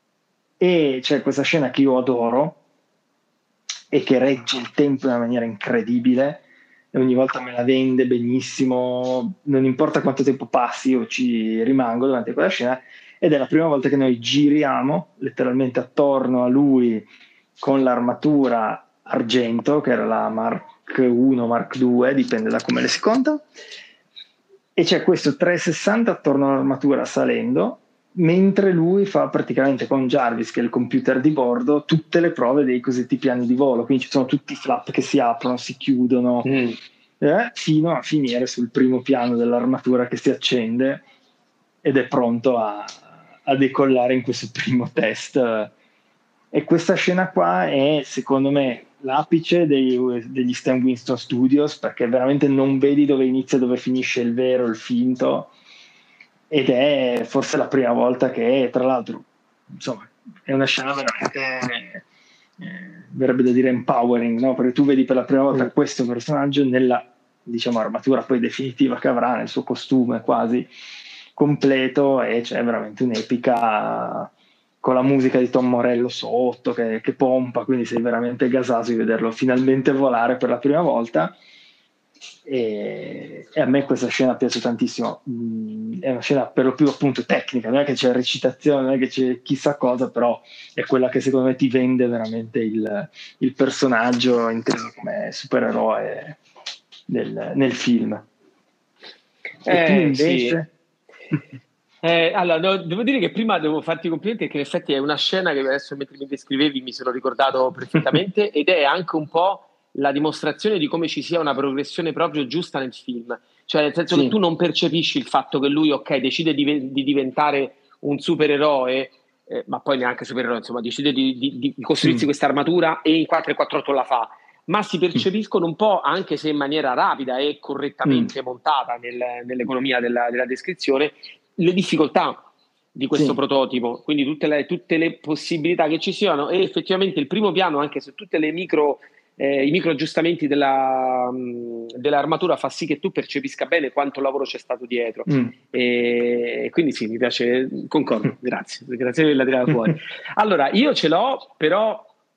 E c'è questa scena che io adoro e che regge il tempo in una maniera incredibile e ogni volta me la vende benissimo, non importa quanto tempo passi, io ci rimango davanti a quella scena, ed è la prima volta che noi giriamo letteralmente attorno a lui con l'armatura argento, che era la Mark uno, Mark due, dipende da come le si conta, e c'è questo trecentosessanta attorno all'armatura salendo, mentre lui fa praticamente con Jarvis, che è il computer di bordo, tutte le prove dei cosiddetti piani di volo, quindi ci sono tutti i flap che si aprono, si chiudono, Mm. eh, fino a finire sul primo piano dell'armatura che si accende ed è pronto a, a decollare in questo primo test. E questa scena qua è, secondo me, l'apice dei, degli Stan Winston Studios, perché veramente non vedi dove inizia e dove finisce il vero, il finto, ed è forse la prima volta che, tra l'altro, insomma, è una scena veramente, eh, verrebbe da dire empowering, no? Perché tu vedi per la prima volta Mm. questo personaggio nella, diciamo, armatura poi definitiva che avrà, nel suo costume quasi completo, e c'è veramente un'epica con la musica di Tom Morello sotto che, che pompa, quindi sei veramente gasato di vederlo finalmente volare per la prima volta. E, e a me questa scena piace tantissimo. Mm, è una scena per lo più appunto tecnica, non è che c'è recitazione, non è che c'è chissà cosa, però è quella che secondo me ti vende veramente il, il personaggio inteso come supereroe del, nel film. E tu Eh sì. invece? Eh, allora, no, devo dire che prima devo farti i complimenti perché in effetti è una scena che adesso mentre mi descrivevi mi sono ricordato perfettamente ed è anche un po' la dimostrazione di come ci sia una progressione proprio giusta nel film. Cioè, nel senso che tu Sì, non percepisci il fatto che lui, ok, decide di, di diventare un supereroe, eh, ma poi neanche supereroe, insomma, decide di, di, di costruirsi mm. questa armatura e in quattro e quattr'otto la fa, ma si percepiscono un po', anche se in maniera rapida e Mm. correttamente montata nel- nell'economia della, della descrizione, le difficoltà di questo Sì, prototipo, quindi tutte le, tutte le possibilità che ci siano e effettivamente il primo piano, anche se tutte le micro, eh, i micro aggiustamenti della, mh, dell'armatura fa sì che tu percepisca bene quanto lavoro c'è stato dietro. mm. E quindi sì, mi piace, concordo, grazie, grazie per la tirata fuori. Allora, io ce l'ho, però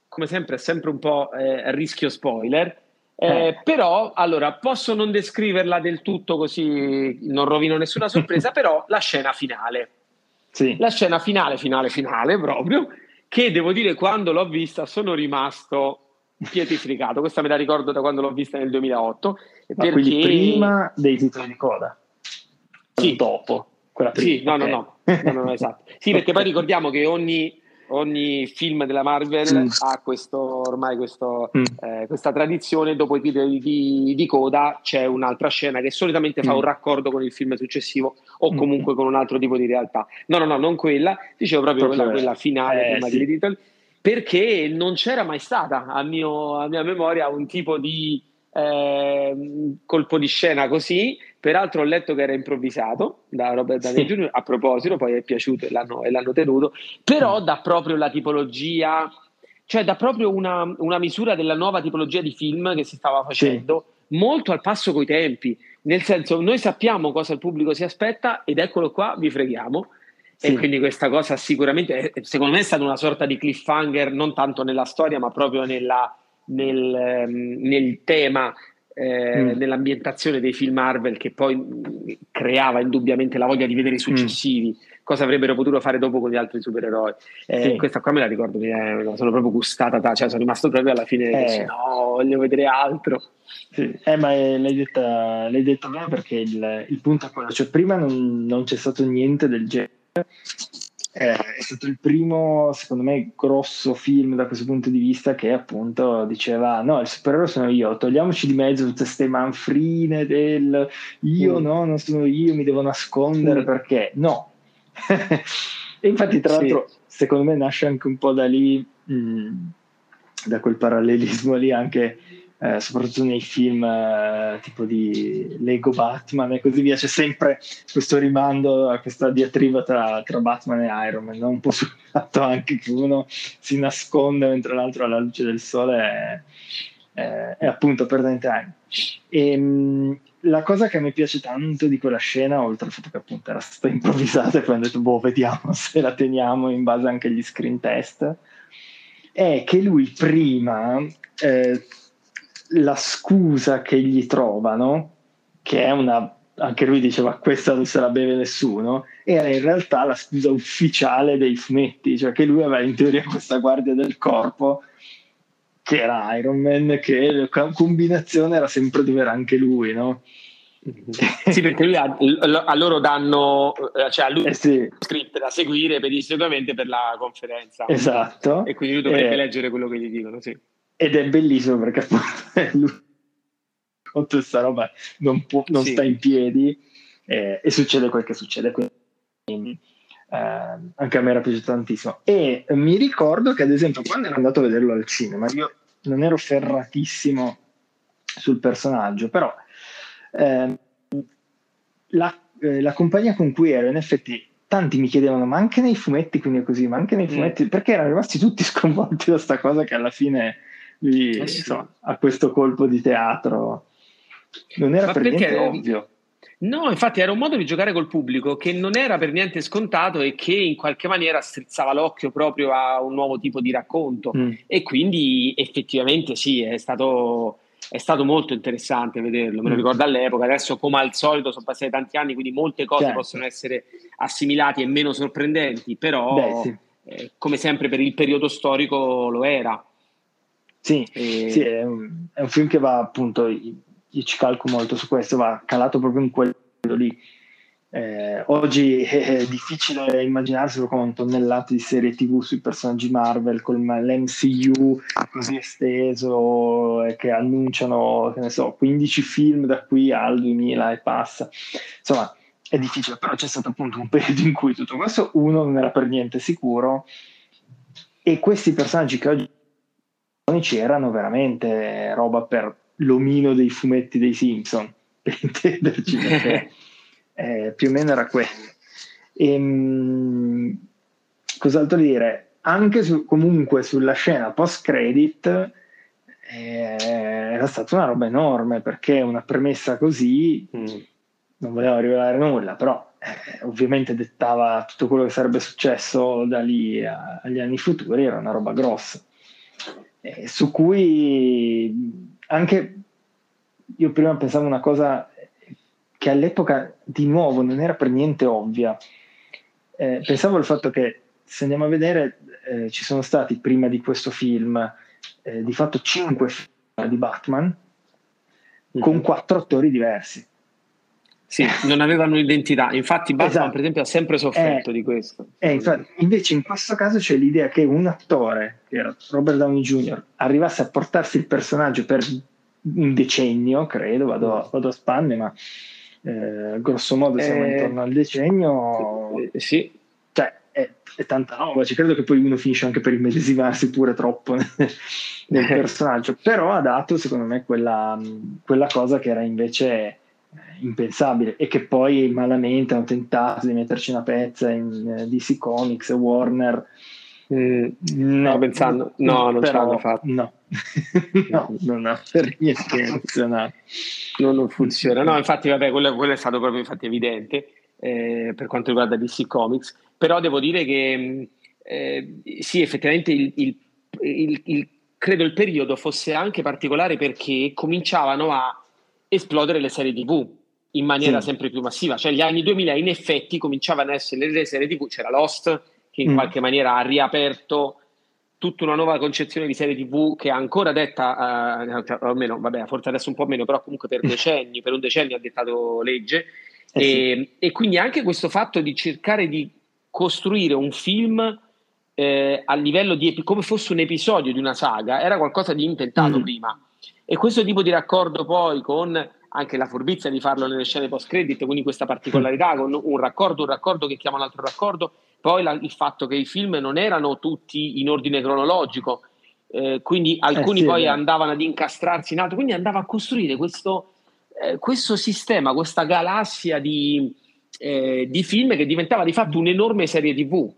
come sempre è sempre un po' eh, a rischio spoiler, eh, eh. però allora posso non descriverla del tutto così non rovino nessuna sorpresa, però la scena finale, sì. la scena finale, finale, finale proprio, che devo dire quando l'ho vista sono rimasto pietrificato. Questa me la ricordo da quando l'ho vista nel duemilaotto. Ma perché... quindi prima dei titoli di coda? Sì. Dopo? Quella prima. Sì, no, okay. no, no, no, no, no, esatto. Sì, perché okay. poi ricordiamo che ogni, ogni film della Marvel mm. ha questo, ormai questo, mm. eh, questa tradizione, dopo i titoli di, di coda c'è un'altra scena che solitamente fa mm. un raccordo con il film successivo o comunque mm. con un altro tipo di realtà. No, no, no, non quella, dicevo proprio, proprio quella, quella finale eh, prima sì. dei titoli, perché non c'era mai stata a, mio, a mia memoria un tipo di eh, colpo di scena così. Peraltro ho letto che era improvvisato da Robert Downey sì. junior A proposito, poi è piaciuto e l'hanno, e l'hanno tenuto, però mm. dà proprio la tipologia, cioè dà proprio una, una misura della nuova tipologia di film che si stava facendo, sì. molto al passo coi tempi, nel senso noi sappiamo cosa il pubblico si aspetta ed eccolo qua, vi freghiamo. Sì. E quindi questa cosa sicuramente, secondo me è stata una sorta di cliffhanger, non tanto nella storia ma proprio nella, nel, nel tema, eh, mm. nell'ambientazione dei film Marvel, che poi creava indubbiamente la voglia di vedere i successivi, mm. cosa avrebbero potuto fare dopo con gli altri supereroi. Eh, sì. Questa qua me la ricordo, mi è, sono proprio gustata, cioè sono rimasto proprio alla fine, eh. dice, no, voglio vedere altro. Sì. Eh, ma l'hai detta, l'hai detta bene, perché il, il punto è quello, cioè prima non, non c'è stato niente del genere. Eh, è stato il primo, secondo me, grosso film da questo punto di vista che appunto diceva no, il supereroe sono io, togliamoci di mezzo tutte ste manfrine del io mm. no, non sono io, mi devo nascondere mm. perché no. E infatti tra sì. l'altro secondo me nasce anche un po' da lì, mh, da quel parallelismo lì anche Eh, soprattutto nei film eh, tipo di Lego Batman e così via, c'è sempre questo rimando a questa diatriba tra, tra Batman e Iron Man, no? Un po' sul fatto anche che uno si nasconde mentre l'altro alla luce del sole è, è, è appunto perdente anni. E mh, la cosa che mi piace tanto di quella scena, oltre al fatto che appunto era stata improvvisata e poi hanno detto boh, vediamo se la teniamo in base anche agli screen test, è che lui prima eh, la scusa che gli trovano, che è una, anche lui diceva questa non se la beve nessuno, era in realtà la scusa ufficiale dei fumetti, cioè che lui aveva in teoria questa guardia del corpo che era Iron Man, che la combinazione era sempre dove era anche lui, no? Sì, perché lui a, a loro danno, cioè a lui eh sì. script da seguire pedissequamente per la conferenza, esatto, e quindi lui dovrebbe eh. leggere quello che gli dicono, sì. Ed è bellissimo perché appunto lui contro questa roba non, può, non sì. sta in piedi eh, e succede quel che succede, quindi eh, anche a me era piaciuto tantissimo. E mi ricordo che ad esempio quando ero andato a vederlo al cinema io non ero ferratissimo sul personaggio, però eh, la, eh, la compagnia con cui ero, in effetti tanti mi chiedevano ma anche nei fumetti, quindi è così, ma anche nei fumetti, mm. perché erano rimasti tutti sconvolti da sta cosa che alla fine lui eh sì. insomma, ha questo colpo di teatro, non era ma per niente ovvio. No, infatti era un modo di giocare col pubblico che non era per niente scontato e che in qualche maniera strizzava l'occhio proprio a un nuovo tipo di racconto, mm. e quindi effettivamente sì, è stato, è stato molto interessante vederlo, me lo ricordo all'epoca. Adesso come al solito sono passati tanti anni, quindi molte cose certo. possono essere assimilate e meno sorprendenti, però Beh, sì. eh, come sempre per il periodo storico lo era. Sì, e... sì è, un, è un film che va appunto, io ci calco molto su questo, va calato proprio in quello lì. Eh, oggi è difficile immaginarselo con tonnellate di serie tv sui personaggi Marvel, con l'M C U così esteso e che annunciano, che ne so, quindici film da qui al duemila e passa. Insomma, è difficile, però c'è stato appunto un periodo in cui tutto questo, uno, non era per niente sicuro, e questi personaggi che oggi c'erano veramente roba per l'omino dei fumetti dei Simpson, per intenderci, perché eh, più o meno era quello. E, mh, cos'altro dire? Anche su, comunque sulla scena post credit eh, era stata una roba enorme, perché una premessa così mm. non voleva rivelare nulla, però eh, ovviamente dettava tutto quello che sarebbe successo da lì a, agli anni futuri, era una roba grossa. eh, su cui anche io prima pensavo una cosa che all'epoca di nuovo non era per niente ovvia. Eh, pensavo al fatto che, se andiamo a vedere, eh, ci sono stati prima di questo film eh, di fatto cinque film di Batman mm-hmm. con quattro attori diversi. Sì, non avevano identità. Infatti Batman, esatto. per esempio, ha sempre sofferto eh, di questo. Eh, infatti, invece in questo caso c'è l'idea che un attore, che era Robert Downey junior, arrivasse a portarsi il personaggio per un decennio, credo, vado, vado a spanne, ma eh, grosso modo siamo eh, intorno al decennio. Eh, sì. Cioè, è, è tanta roba. Cioè, credo che poi uno finisce anche per immedesimarsi pure troppo nel personaggio, però ha dato, secondo me, quella, quella cosa che era invece impensabile e che poi malamente hanno tentato di metterci una pezza in uh, D C Comics e Warner. Mm, no, pensando, no, non però, ce l'hanno fatto. No, no, non ha per niente funzionato. Non, non funziona. No, infatti, vabbè, quello, quello è stato proprio infatti evidente eh, per quanto riguarda D C Comics. Però devo dire che eh, sì, effettivamente il, il, il, il, credo il periodo fosse anche particolare perché cominciavano a esplodere le serie tivù in maniera sì. sempre più massiva, cioè gli anni duemila in effetti cominciavano ad essere le serie tivù, c'era Lost che in mm. qualche maniera ha riaperto tutta una nuova concezione di serie tivù che è ancora detta, uh, cioè, almeno, vabbè, forse adesso un po' meno, però comunque per decenni, per un decennio ha dettato legge eh e, sì. e quindi anche questo fatto di cercare di costruire un film eh, a livello di, come fosse un episodio di una saga, era qualcosa di intentato mm. prima. E questo tipo di raccordo poi con anche la furbizia di farlo nelle scene post credit, quindi questa particolarità con un raccordo, un raccordo che chiama un altro raccordo, poi la, il fatto che i film non erano tutti in ordine cronologico, eh, quindi alcuni eh sì, poi andavano ad incastrarsi in altro, quindi andava a costruire questo, eh, questo sistema, questa galassia di, eh, di film che diventava di fatto un'enorme serie tivù.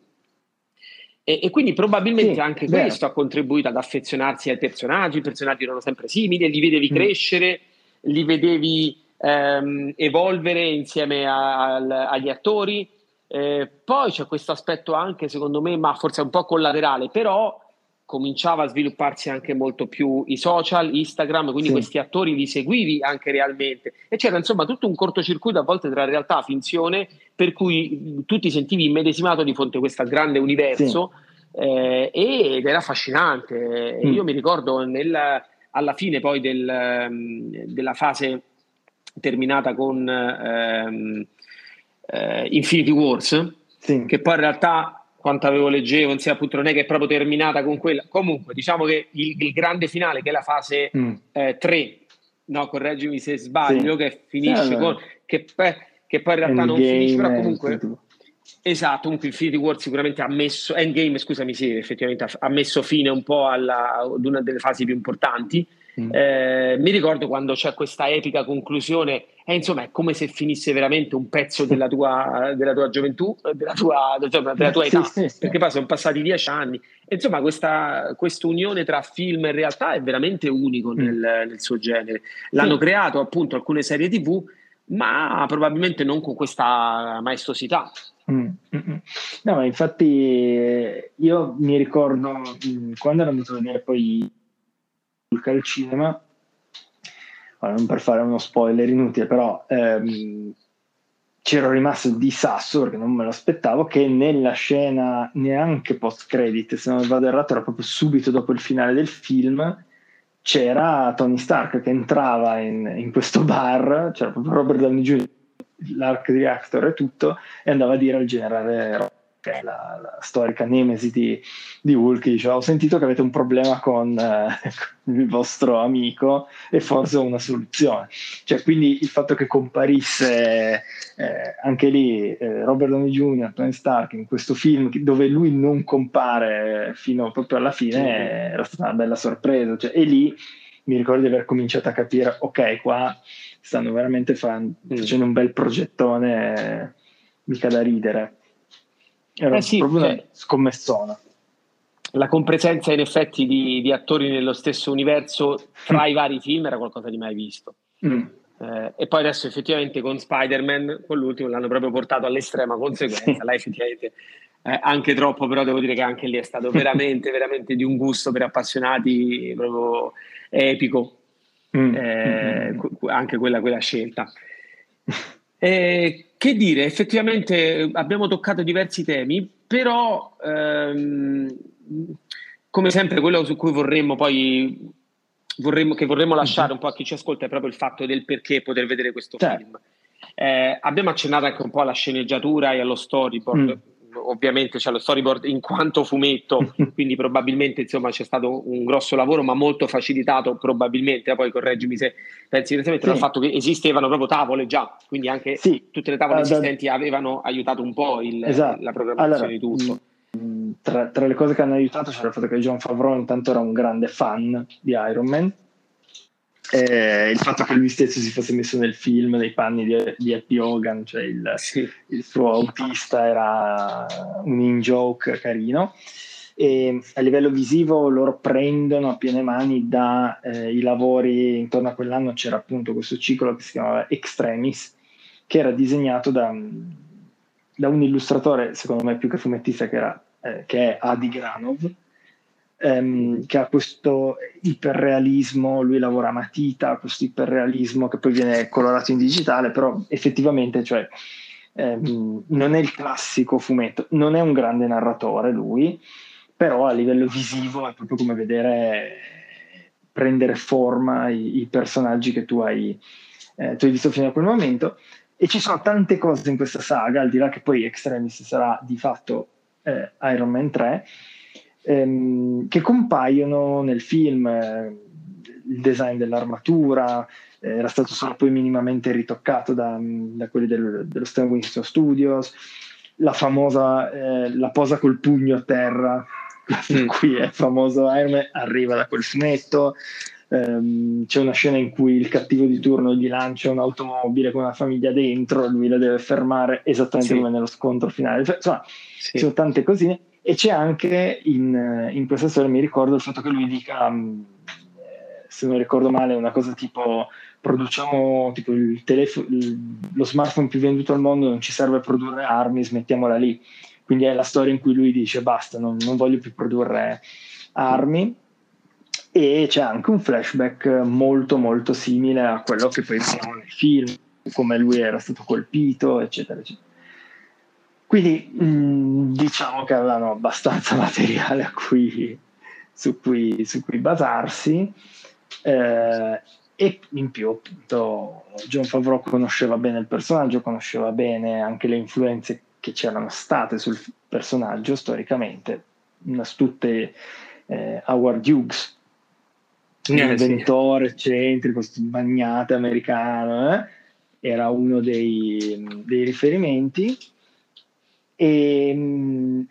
E, e quindi probabilmente sì, anche vero. questo ha contribuito ad affezionarsi ai personaggi, i personaggi erano sempre simili, li vedevi mm. crescere, li vedevi ehm, evolvere insieme a, a, agli attori. Eh, poi c'è questo aspetto anche, secondo me, ma forse un po' collaterale, però cominciava a svilupparsi anche molto più i social, Instagram, quindi sì. questi attori li seguivi anche realmente e c'era insomma tutto un cortocircuito a volte tra realtà e finzione, per cui tu ti sentivi immedesimato di fronte a questo grande universo sì. eh, ed era affascinante. Mm. Io mi ricordo nel, alla fine poi del, della fase terminata con ehm, eh, Infinity Wars, sì. che poi in realtà quanto avevo leggevo, non sia appunto non è che è proprio terminata con quella, comunque diciamo che il, il grande finale, che è la fase mm. eh, tre, no, correggimi se sbaglio, sì. che finisce sì, con che, che poi in realtà Endgame non finisce, però comunque esatto, comunque Infinity War sicuramente ha messo Endgame, scusami, sì, effettivamente ha, ha messo fine un po' alla, ad una delle fasi più importanti. Mm. Eh, mi ricordo quando c'è questa epica conclusione e insomma è come se finisse veramente un pezzo della tua, della tua gioventù, della tua, della tua età, sì, sì, sì. perché poi sono passati dieci anni e insomma questa unione tra film e realtà è veramente unico mm. nel, nel suo genere. L'hanno sì. creato appunto alcune serie tivù, ma probabilmente non con questa maestosità. Mm, mm, mm. No, ma infatti io mi ricordo mh, quando ero andato a vedere poi al cinema, allora, non per fare uno spoiler inutile, però ehm, c'ero rimasto di sasso perché non me lo aspettavo, che nella scena neanche post credit, se non vado errato era proprio subito dopo il finale del film, c'era Tony Stark che entrava in, in questo bar, c'era proprio Robert Downey junior, l'arc reactor e tutto, e andava a dire al generale Rock, che è la, la storica nemesi di, di Hulk, dice: ho sentito che avete un problema con, eh, con il vostro amico e forse ho una soluzione. Cioè, quindi il fatto che comparisse eh, anche lì eh, Robert Downey junior, Tony Stark in questo film dove lui non compare fino proprio alla fine mm. era stata una bella sorpresa, cioè, e lì mi ricordo di aver cominciato a capire, ok, qua stanno veramente fan, mm. facendo un bel progettone, eh, mica da ridere. Era eh sì, proprio una cioè, scommessona. La compresenza in effetti di, di attori nello stesso universo tra mm. i vari film era qualcosa di mai visto. Mm. Eh, e poi adesso effettivamente con Spider-Man, con l'ultimo, l'hanno proprio portato all'estrema conseguenza. Sì. Là effettivamente Eh, anche troppo, però devo dire che anche lì è stato veramente, veramente di un gusto per appassionati proprio epico, Mm. eh, mm. anche quella, quella scelta. Eh, che dire, effettivamente abbiamo toccato diversi temi, però ehm, come sempre quello su cui vorremmo poi vorremmo, che vorremmo lasciare un po' a chi ci ascolta è proprio il fatto del perché poter vedere questo Cioè. film. Eh, abbiamo accennato anche un po' alla sceneggiatura e allo storyboard. Mm. Ovviamente c'è lo storyboard in quanto fumetto, quindi probabilmente insomma c'è stato un grosso lavoro, ma molto facilitato probabilmente, poi correggimi se pensi direttamente, sì. Dal fatto che esistevano proprio tavole già, quindi anche sì. Tutte le tavole uh, esistenti da... avevano aiutato un po' il, esatto. la programmazione allora, di tutto. Mh, tra, tra le cose che hanno aiutato c'era il fatto che Jon Favreau intanto era un grande fan di Iron Man, e il fatto che lui stesso si fosse messo nel film nei panni di, di Happy Hogan, cioè il, sì. il suo autista, era un in-joke carino. E a livello visivo loro prendono a piene mani dai eh, lavori. Intorno a quell'anno c'era appunto questo ciclo che si chiamava Extremis, che era disegnato da, da un illustratore, secondo me più che fumettista, che, era, eh, che è Adi Granov, ehm, che ha questo iperrealismo. Lui lavora a matita, questo iperrealismo che poi viene colorato in digitale, però effettivamente, cioè, ehm, non è il classico fumetto, non è un grande narratore lui, però a livello visivo è proprio come vedere prendere forma i, i personaggi che tu hai, eh, tu hai visto fino a quel momento. E ci sono tante cose in questa saga, al di là che poi Extremis sarà di fatto eh, Iron Man tre, ehm, che compaiono nel film. Eh, il design dell'armatura eh, era stato solo poi minimamente ritoccato da, da quelli del, dello Stan Winston Studios. La famosa eh, la posa col pugno a terra, mm. qui è famoso Iron Man, arriva da quel fumetto. Um, c'è una scena in cui il cattivo di turno gli lancia un'automobile con una famiglia dentro, lui la deve fermare esattamente sì. come nello scontro finale. Cioè, insomma, sì. ci sono tante cosine. E c'è anche in, in questa storia, mi ricordo il fatto che lui dica, um, se non ricordo male, una cosa tipo: produciamo tipo il telefono, il, lo smartphone più venduto al mondo, non ci serve produrre armi, smettiamola lì. Quindi è la storia in cui lui dice basta, non, non voglio più produrre armi. E c'è anche un flashback molto molto simile a quello che poi vediamo nel film, come lui era stato colpito, eccetera eccetera. Quindi mh, diciamo che avevano abbastanza materiale a cui, su, cui, su cui basarsi, eh, e in più appunto Jon Favreau conosceva bene il personaggio, conosceva bene anche le influenze che c'erano state sul personaggio storicamente, tutte eh, Howard Hughes, l'inventore eh, sì. eccentrico, questo magnate americano, eh? era uno dei, dei riferimenti. E in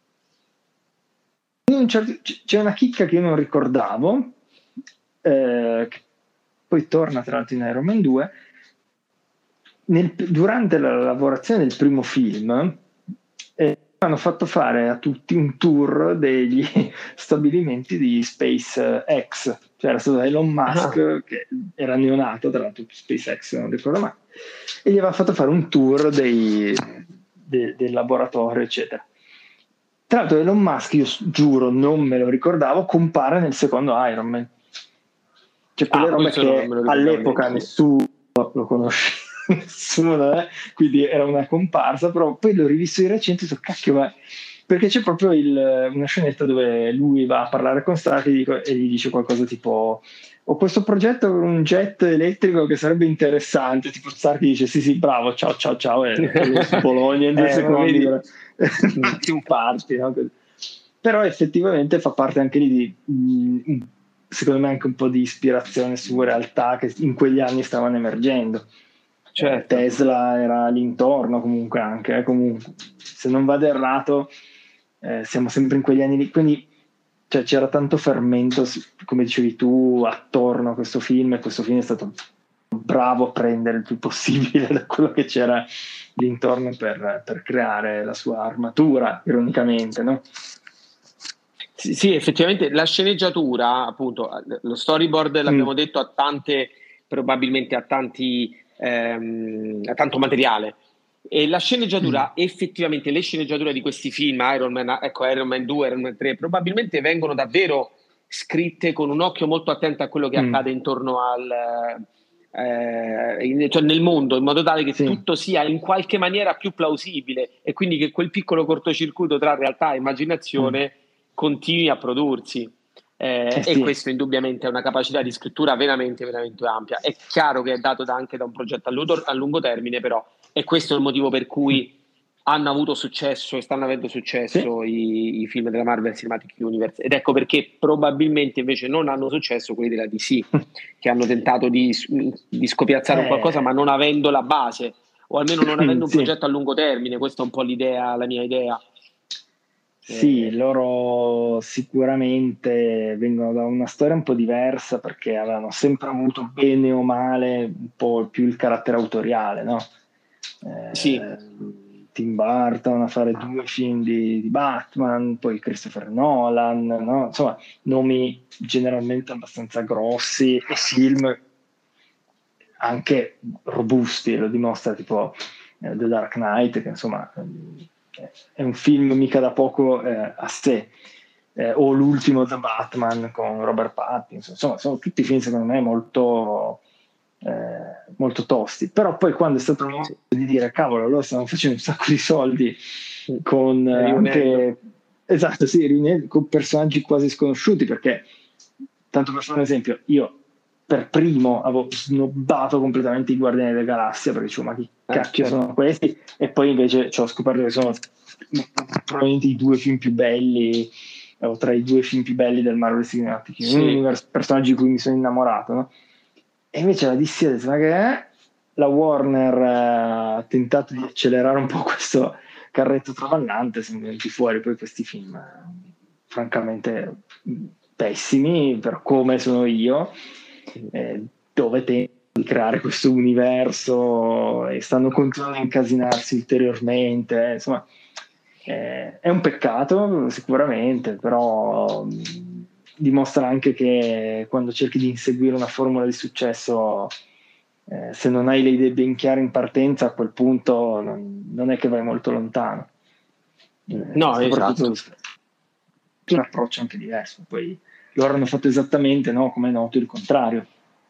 un certo, c'è una chicca che io non ricordavo, eh, che poi torna tra l'altro in Iron Man due. Nel, durante la lavorazione del primo film eh, hanno fatto fare a tutti un tour degli stabilimenti di SpaceX, cioè era stato Elon Musk, ah. che era neonato, tra l'altro SpaceX non ricordo mai, e gli aveva fatto fare un tour dei, de, del laboratorio, eccetera. Tra l'altro Elon Musk, io giuro, non me lo ricordavo, compare nel secondo Iron Man. Cioè quelle ah, robe che all'epoca nessuno lo conosceva. Nessuno, eh? Quindi era una comparsa, però poi l'ho rivisto di recente e so cacchio, ma perché c'è proprio il, una scenetta dove lui va a parlare con Stark e gli, e gli dice qualcosa tipo: ho questo progetto con un jet elettrico che sarebbe interessante, tipo Stark dice sì sì bravo, ciao ciao ciao, e lo Bologna in due eh, secondi fatti un party, no? Però effettivamente fa parte anche lì di mh, secondo me anche un po' di ispirazione su realtà che in quegli anni stavano emergendo. Cioè, Tesla era all'intorno comunque anche, eh, comunque, se non vado errato, eh, siamo sempre in quegli anni lì, quindi cioè, c'era tanto fermento, come dicevi tu, attorno a questo film, e questo film è stato bravo a prendere il più possibile da quello che c'era l'intorno per, per creare la sua armatura, ironicamente, no? Sì, sì, effettivamente la sceneggiatura, appunto, lo storyboard, l'abbiamo mm. detto, ha tante, probabilmente ha tanti... Ehm, tanto materiale, E la sceneggiatura, mm. effettivamente le sceneggiature di questi film, Iron Man, ecco, Iron Man due, Iron Man tre, probabilmente vengono davvero scritte con un occhio molto attento a quello che mm. accade intorno al eh, in, cioè nel mondo, in modo tale che sì. tutto sia in qualche maniera più plausibile, e quindi che quel piccolo cortocircuito tra realtà e immaginazione mm. continui a prodursi. Eh, eh, e sì. questo indubbiamente è una capacità di scrittura veramente veramente ampia. È chiaro che è dato da, anche da un progetto a lungo, a lungo termine, però e questo è il motivo per cui hanno avuto successo e stanno avendo successo sì. i, i film della Marvel Cinematic Universe, ed ecco perché probabilmente invece non hanno successo quelli della D C, che hanno tentato di, di scopiazzare eh. un qualcosa ma non avendo la base, o almeno non avendo un sì. progetto a lungo termine. Questa è un po' l'idea, la mia idea. Sì, eh. loro sicuramente vengono da una storia un po' diversa, perché avevano sempre avuto, bene o male, un po' più il carattere autoriale, no? Eh, sì. Tim Burton a fare due film di, di Batman, poi Christopher Nolan, no? Insomma, nomi generalmente abbastanza grossi e film anche robusti, lo dimostra tipo eh, The Dark Knight, che insomma è un film mica da poco eh, a sé, eh, o l'ultimo The Batman con Robert Pattinson, insomma sono tutti film secondo me molto eh, molto tosti, però poi quando è stato il momento di dire cavolo, loro stanno facendo un sacco di soldi con eh, anche esatto sì, con personaggi quasi sconosciuti, perché tanto per fare un esempio, io per primo avevo snobbato completamente i Guardiani della Galassia, perché dicevo ma chi cacchio eh, certo. sono questi, e poi invece ci ho scoperto che sono probabilmente i due film più belli, o tra i due film più belli del Marvel Cinematic sì. Universe, personaggi di cui mi sono innamorato, no? E invece la D C ha detto, ma che è? La Warner ha tentato di accelerare un po' questo carretto traballante, sono venuti fuori poi questi film francamente pessimi per come sono io, eh, dove tentano di creare questo universo e stanno continuando a incasinarsi ulteriormente, eh, insomma eh, è un peccato sicuramente, però mh, dimostra anche che quando cerchi di inseguire una formula di successo, eh, se non hai le idee ben chiare in partenza, a quel punto non, non è che vai molto lontano. Eh, no, esatto. Un approccio anche diverso. Poi loro hanno fatto esattamente, no, come è noto, il contrario.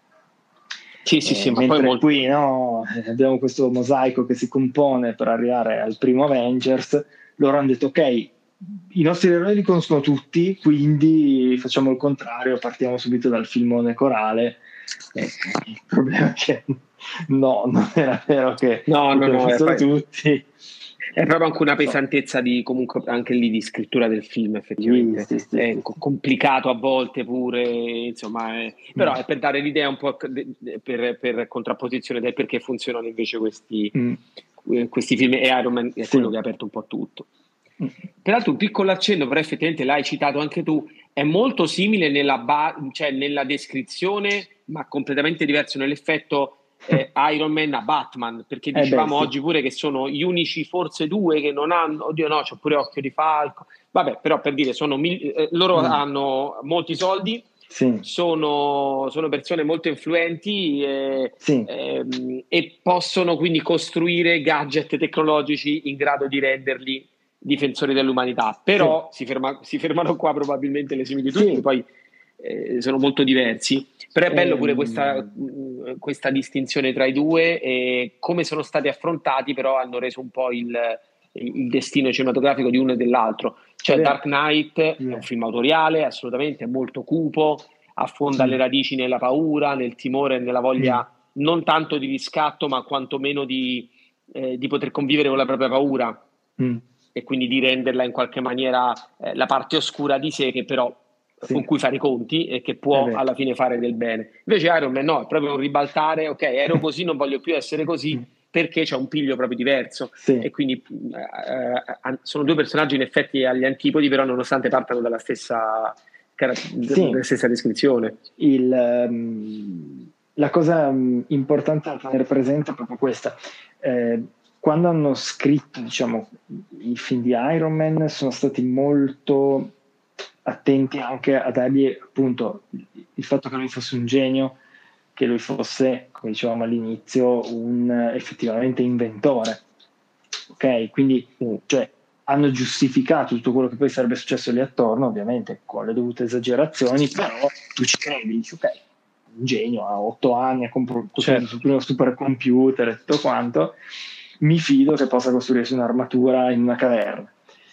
Sì, sì, sì, eh, ma mentre poi molto... qui no, abbiamo questo mosaico che si compone per arrivare al primo Avengers. Loro hanno detto ok, i nostri eroi li conoscono tutti, quindi facciamo il contrario, partiamo subito dal filmone corale. Eh, il problema è che no, non era vero che no, no, no, no, poi... tutti. È proprio anche una pesantezza di, comunque anche lì di scrittura del film, effettivamente. Sì, sì, sì, è sì, sì. complicato a volte pure, insomma, è... però mm. è per dare l'idea un po' per, per contrapposizione del perché funzionano invece questi, mm. questi film, e Iron Man è sì. quello che ha aperto un po' tutto. Mm. Peraltro un piccolo accenno, però effettivamente l'hai citato anche tu, è molto simile nella, ba- cioè nella descrizione, ma completamente diverso nell'effetto. Eh, Iron Man a Batman, perché dicevamo eh beh, sì. oggi pure che sono gli unici forse due che non hanno, oddio no, c'ho pure Occhio di Falco, vabbè, però per dire sono mil- eh, loro mm. hanno molti soldi, sì. sono, sono persone molto influenti eh, sì. ehm, e possono quindi costruire gadget tecnologici in grado di renderli difensori dell'umanità, però sì. si, ferma, si fermano qua probabilmente le similitudini, sì. poi eh, sono molto diversi. Però è bello pure questa, questa distinzione tra i due, e come sono stati affrontati però hanno reso un po' il, il destino cinematografico di uno e dell'altro. Cioè Dark Knight è un film autoriale, assolutamente, è molto cupo, affonda mm. le radici nella paura, nel timore e nella voglia mm. non tanto di riscatto, ma quantomeno di, eh, di poter convivere con la propria paura mm. e quindi di renderla in qualche maniera eh, la parte oscura di sé, che però sì. con cui fare i conti e che può eh alla fine fare del bene. Invece Iron Man no, è proprio un ribaltare, ok, ero così, non voglio più essere così, perché c'è un piglio proprio diverso. Sì. E quindi eh, sono due personaggi in effetti agli antipodi, però nonostante partano dalla stessa, sì. dalla stessa descrizione. Il, um, la cosa um, importante da tenere presente è proprio questa. Eh, quando hanno scritto, diciamo, i film di Iron Man, sono stati molto attenti anche a dargli appunto il fatto che lui fosse un genio, che lui fosse, come dicevamo all'inizio, un effettivamente inventore, ok? Quindi cioè, hanno giustificato tutto quello che poi sarebbe successo lì attorno, ovviamente con le dovute esagerazioni, però tu ci credi, dici ok, un genio, ha otto anni, ha costruito certo. il primo supercomputer e tutto quanto, mi fido che possa costruirsi un'armatura in una caverna.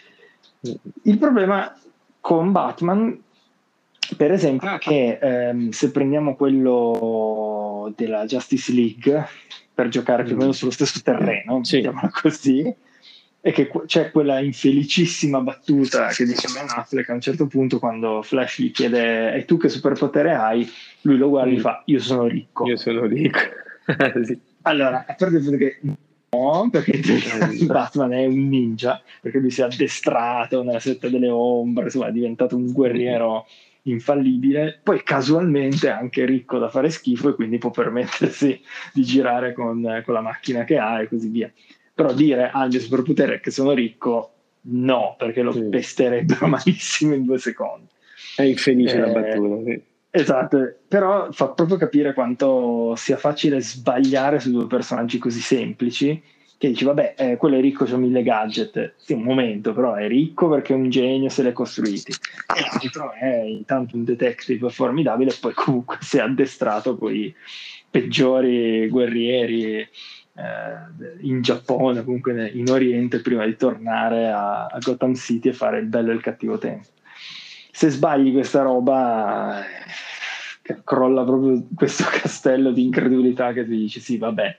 Il problema con Batman, per esempio, è che ehm, se prendiamo quello della Justice League, per giocare più o meno sullo stesso terreno, sì. Mettiamola così, e che c'è quella infelicissima battuta che dice Ben Affleck a un certo punto quando Flash gli chiede e tu che superpotere hai? Lui lo guarda e gli fa io sono ricco. Io sono ricco. Sì. Allora, a parte il fatto che no, perché Batman è un ninja, perché lui si è addestrato nella setta delle ombre, insomma è diventato un guerriero infallibile, poi casualmente è anche ricco da fare schifo e quindi può permettersi di girare con, con la macchina che ha e così via. Però dire ah, il mio superpotere è che sono ricco, no, perché lo sì. pesterebbero malissimo in due secondi. È infelice eh, la battuta, sì. Esatto, però fa proprio capire quanto sia facile sbagliare su due personaggi così semplici, che dici vabbè, eh, quello è ricco, c'ha mille gadget, sì un momento, però è ricco perché è un genio, se li ha costruiti, e l'altro è intanto un detective formidabile e poi comunque si è addestrato con i peggiori guerrieri Eh, in Giappone, comunque in Oriente, prima di tornare a, a Gotham City e fare il bello e il cattivo tempo. Se sbagli questa roba eh, crolla proprio questo castello di incredulità che ti dici sì vabbè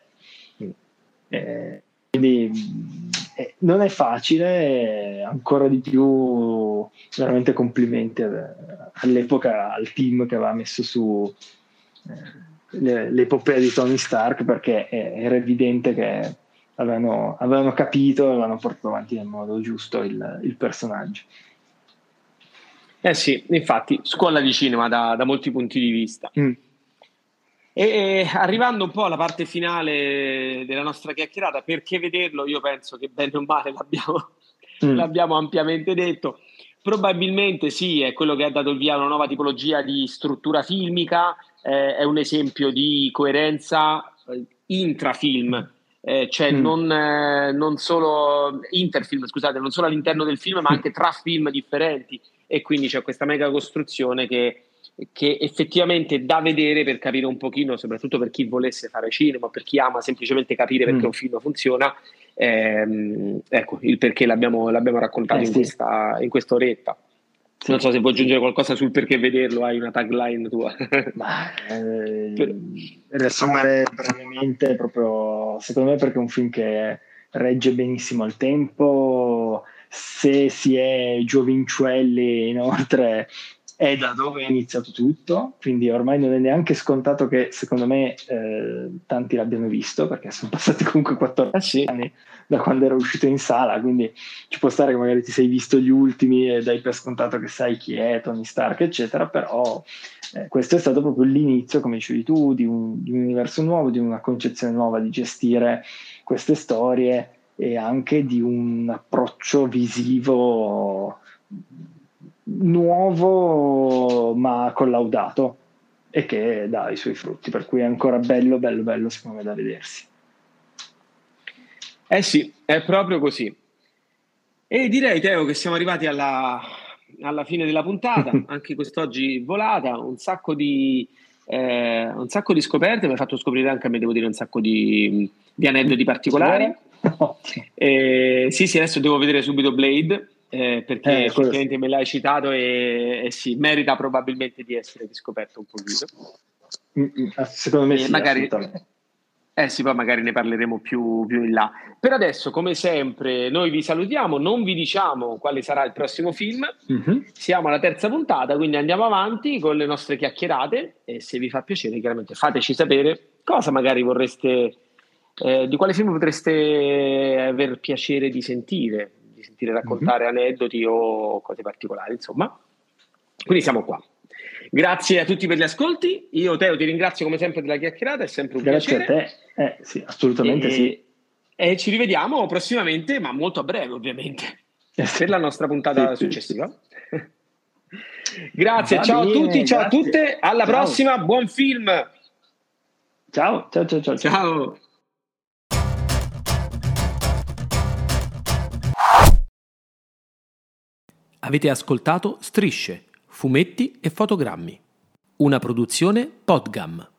eh, quindi eh, non è facile, eh, ancora di più veramente complimenti ad, all'epoca al team che aveva messo su eh, l'epopea di Tony Stark, perché era evidente che avevano, avevano capito e avevano portato avanti nel modo giusto il, il personaggio. Eh sì, infatti scuola di cinema da, da molti punti di vista. Mm. E arrivando un po' alla parte finale della nostra chiacchierata, perché vederlo, io penso che bene o male l'abbiamo, mm. l'abbiamo ampiamente detto. Probabilmente sì, è quello che ha dato il via a una nuova tipologia di struttura filmica, eh, è un esempio di coerenza eh, intrafilm, eh, cioè mm. non, eh, non solo interfilm, scusate, non solo all'interno del film, ma anche tra film differenti, e quindi c'è questa mega costruzione che, che effettivamente da vedere per capire un pochino, soprattutto per chi volesse fare cinema, per chi ama semplicemente capire perché mm. un film funziona. Ehm, ecco il perché l'abbiamo, l'abbiamo raccontato eh, in, sì. questa, in questa oretta. Sì, non so se vuoi sì. aggiungere qualcosa sul perché vederlo, hai una tagline tua. Ma, eh, per riassumere brevemente, proprio secondo me perché è un film che regge benissimo al tempo, se si è giovincelli inoltre è da dove è iniziato tutto, quindi ormai non è neanche scontato che secondo me eh, tanti l'abbiano visto, perché sono passati comunque quattordici ah, sì. anni da quando era uscito in sala, quindi ci può stare che magari ti sei visto gli ultimi e dai per scontato che sai chi è Tony Stark eccetera, però eh, questo è stato proprio l'inizio, come dicevi tu, di un, di un universo nuovo, di una concezione nuova di gestire queste storie e anche di un approccio visivo nuovo ma collaudato e che dà i suoi frutti, per cui è ancora bello bello bello secondo me da vedersi. Eh sì, è proprio così. E direi, Teo, che siamo arrivati alla, alla fine della puntata, anche quest'oggi volata, un sacco di eh, un sacco di scoperte, mi hai fatto scoprire anche a me, devo dire, un sacco di, di aneddoti particolari. eh, sì sì, adesso devo vedere subito Blade, Eh, perché eh, effettivamente sì. me l'hai citato e, e sì, merita probabilmente di essere riscoperto un pochino. Mm, secondo me e sì, magari, eh sì, poi magari ne parleremo più, più in là. Per adesso, come sempre, noi vi salutiamo, non vi diciamo quale sarà il prossimo film, mm-hmm. siamo alla terza puntata, quindi andiamo avanti con le nostre chiacchierate e se vi fa piacere chiaramente fateci sapere cosa magari vorreste, eh, di quale film potreste aver piacere di sentire, sentire raccontare mm-hmm. aneddoti o cose particolari, insomma. Quindi siamo qua. Grazie a tutti per gli ascolti. Io, Teo, ti ringrazio come sempre della chiacchierata, è sempre un Grazie piacere. Grazie a te. Eh, sì, assolutamente e, sì. E ci rivediamo prossimamente, ma molto a breve, ovviamente, eh sì. per la nostra puntata sì, successiva. Sì. Grazie, Va ciao bene, a tutti, ciao grazie. a tutte, alla ciao. prossima, buon film. Ciao, ciao, ciao, ciao. Ciao. Avete ascoltato Strisce, fumetti e fotogrammi. Una produzione Podgam.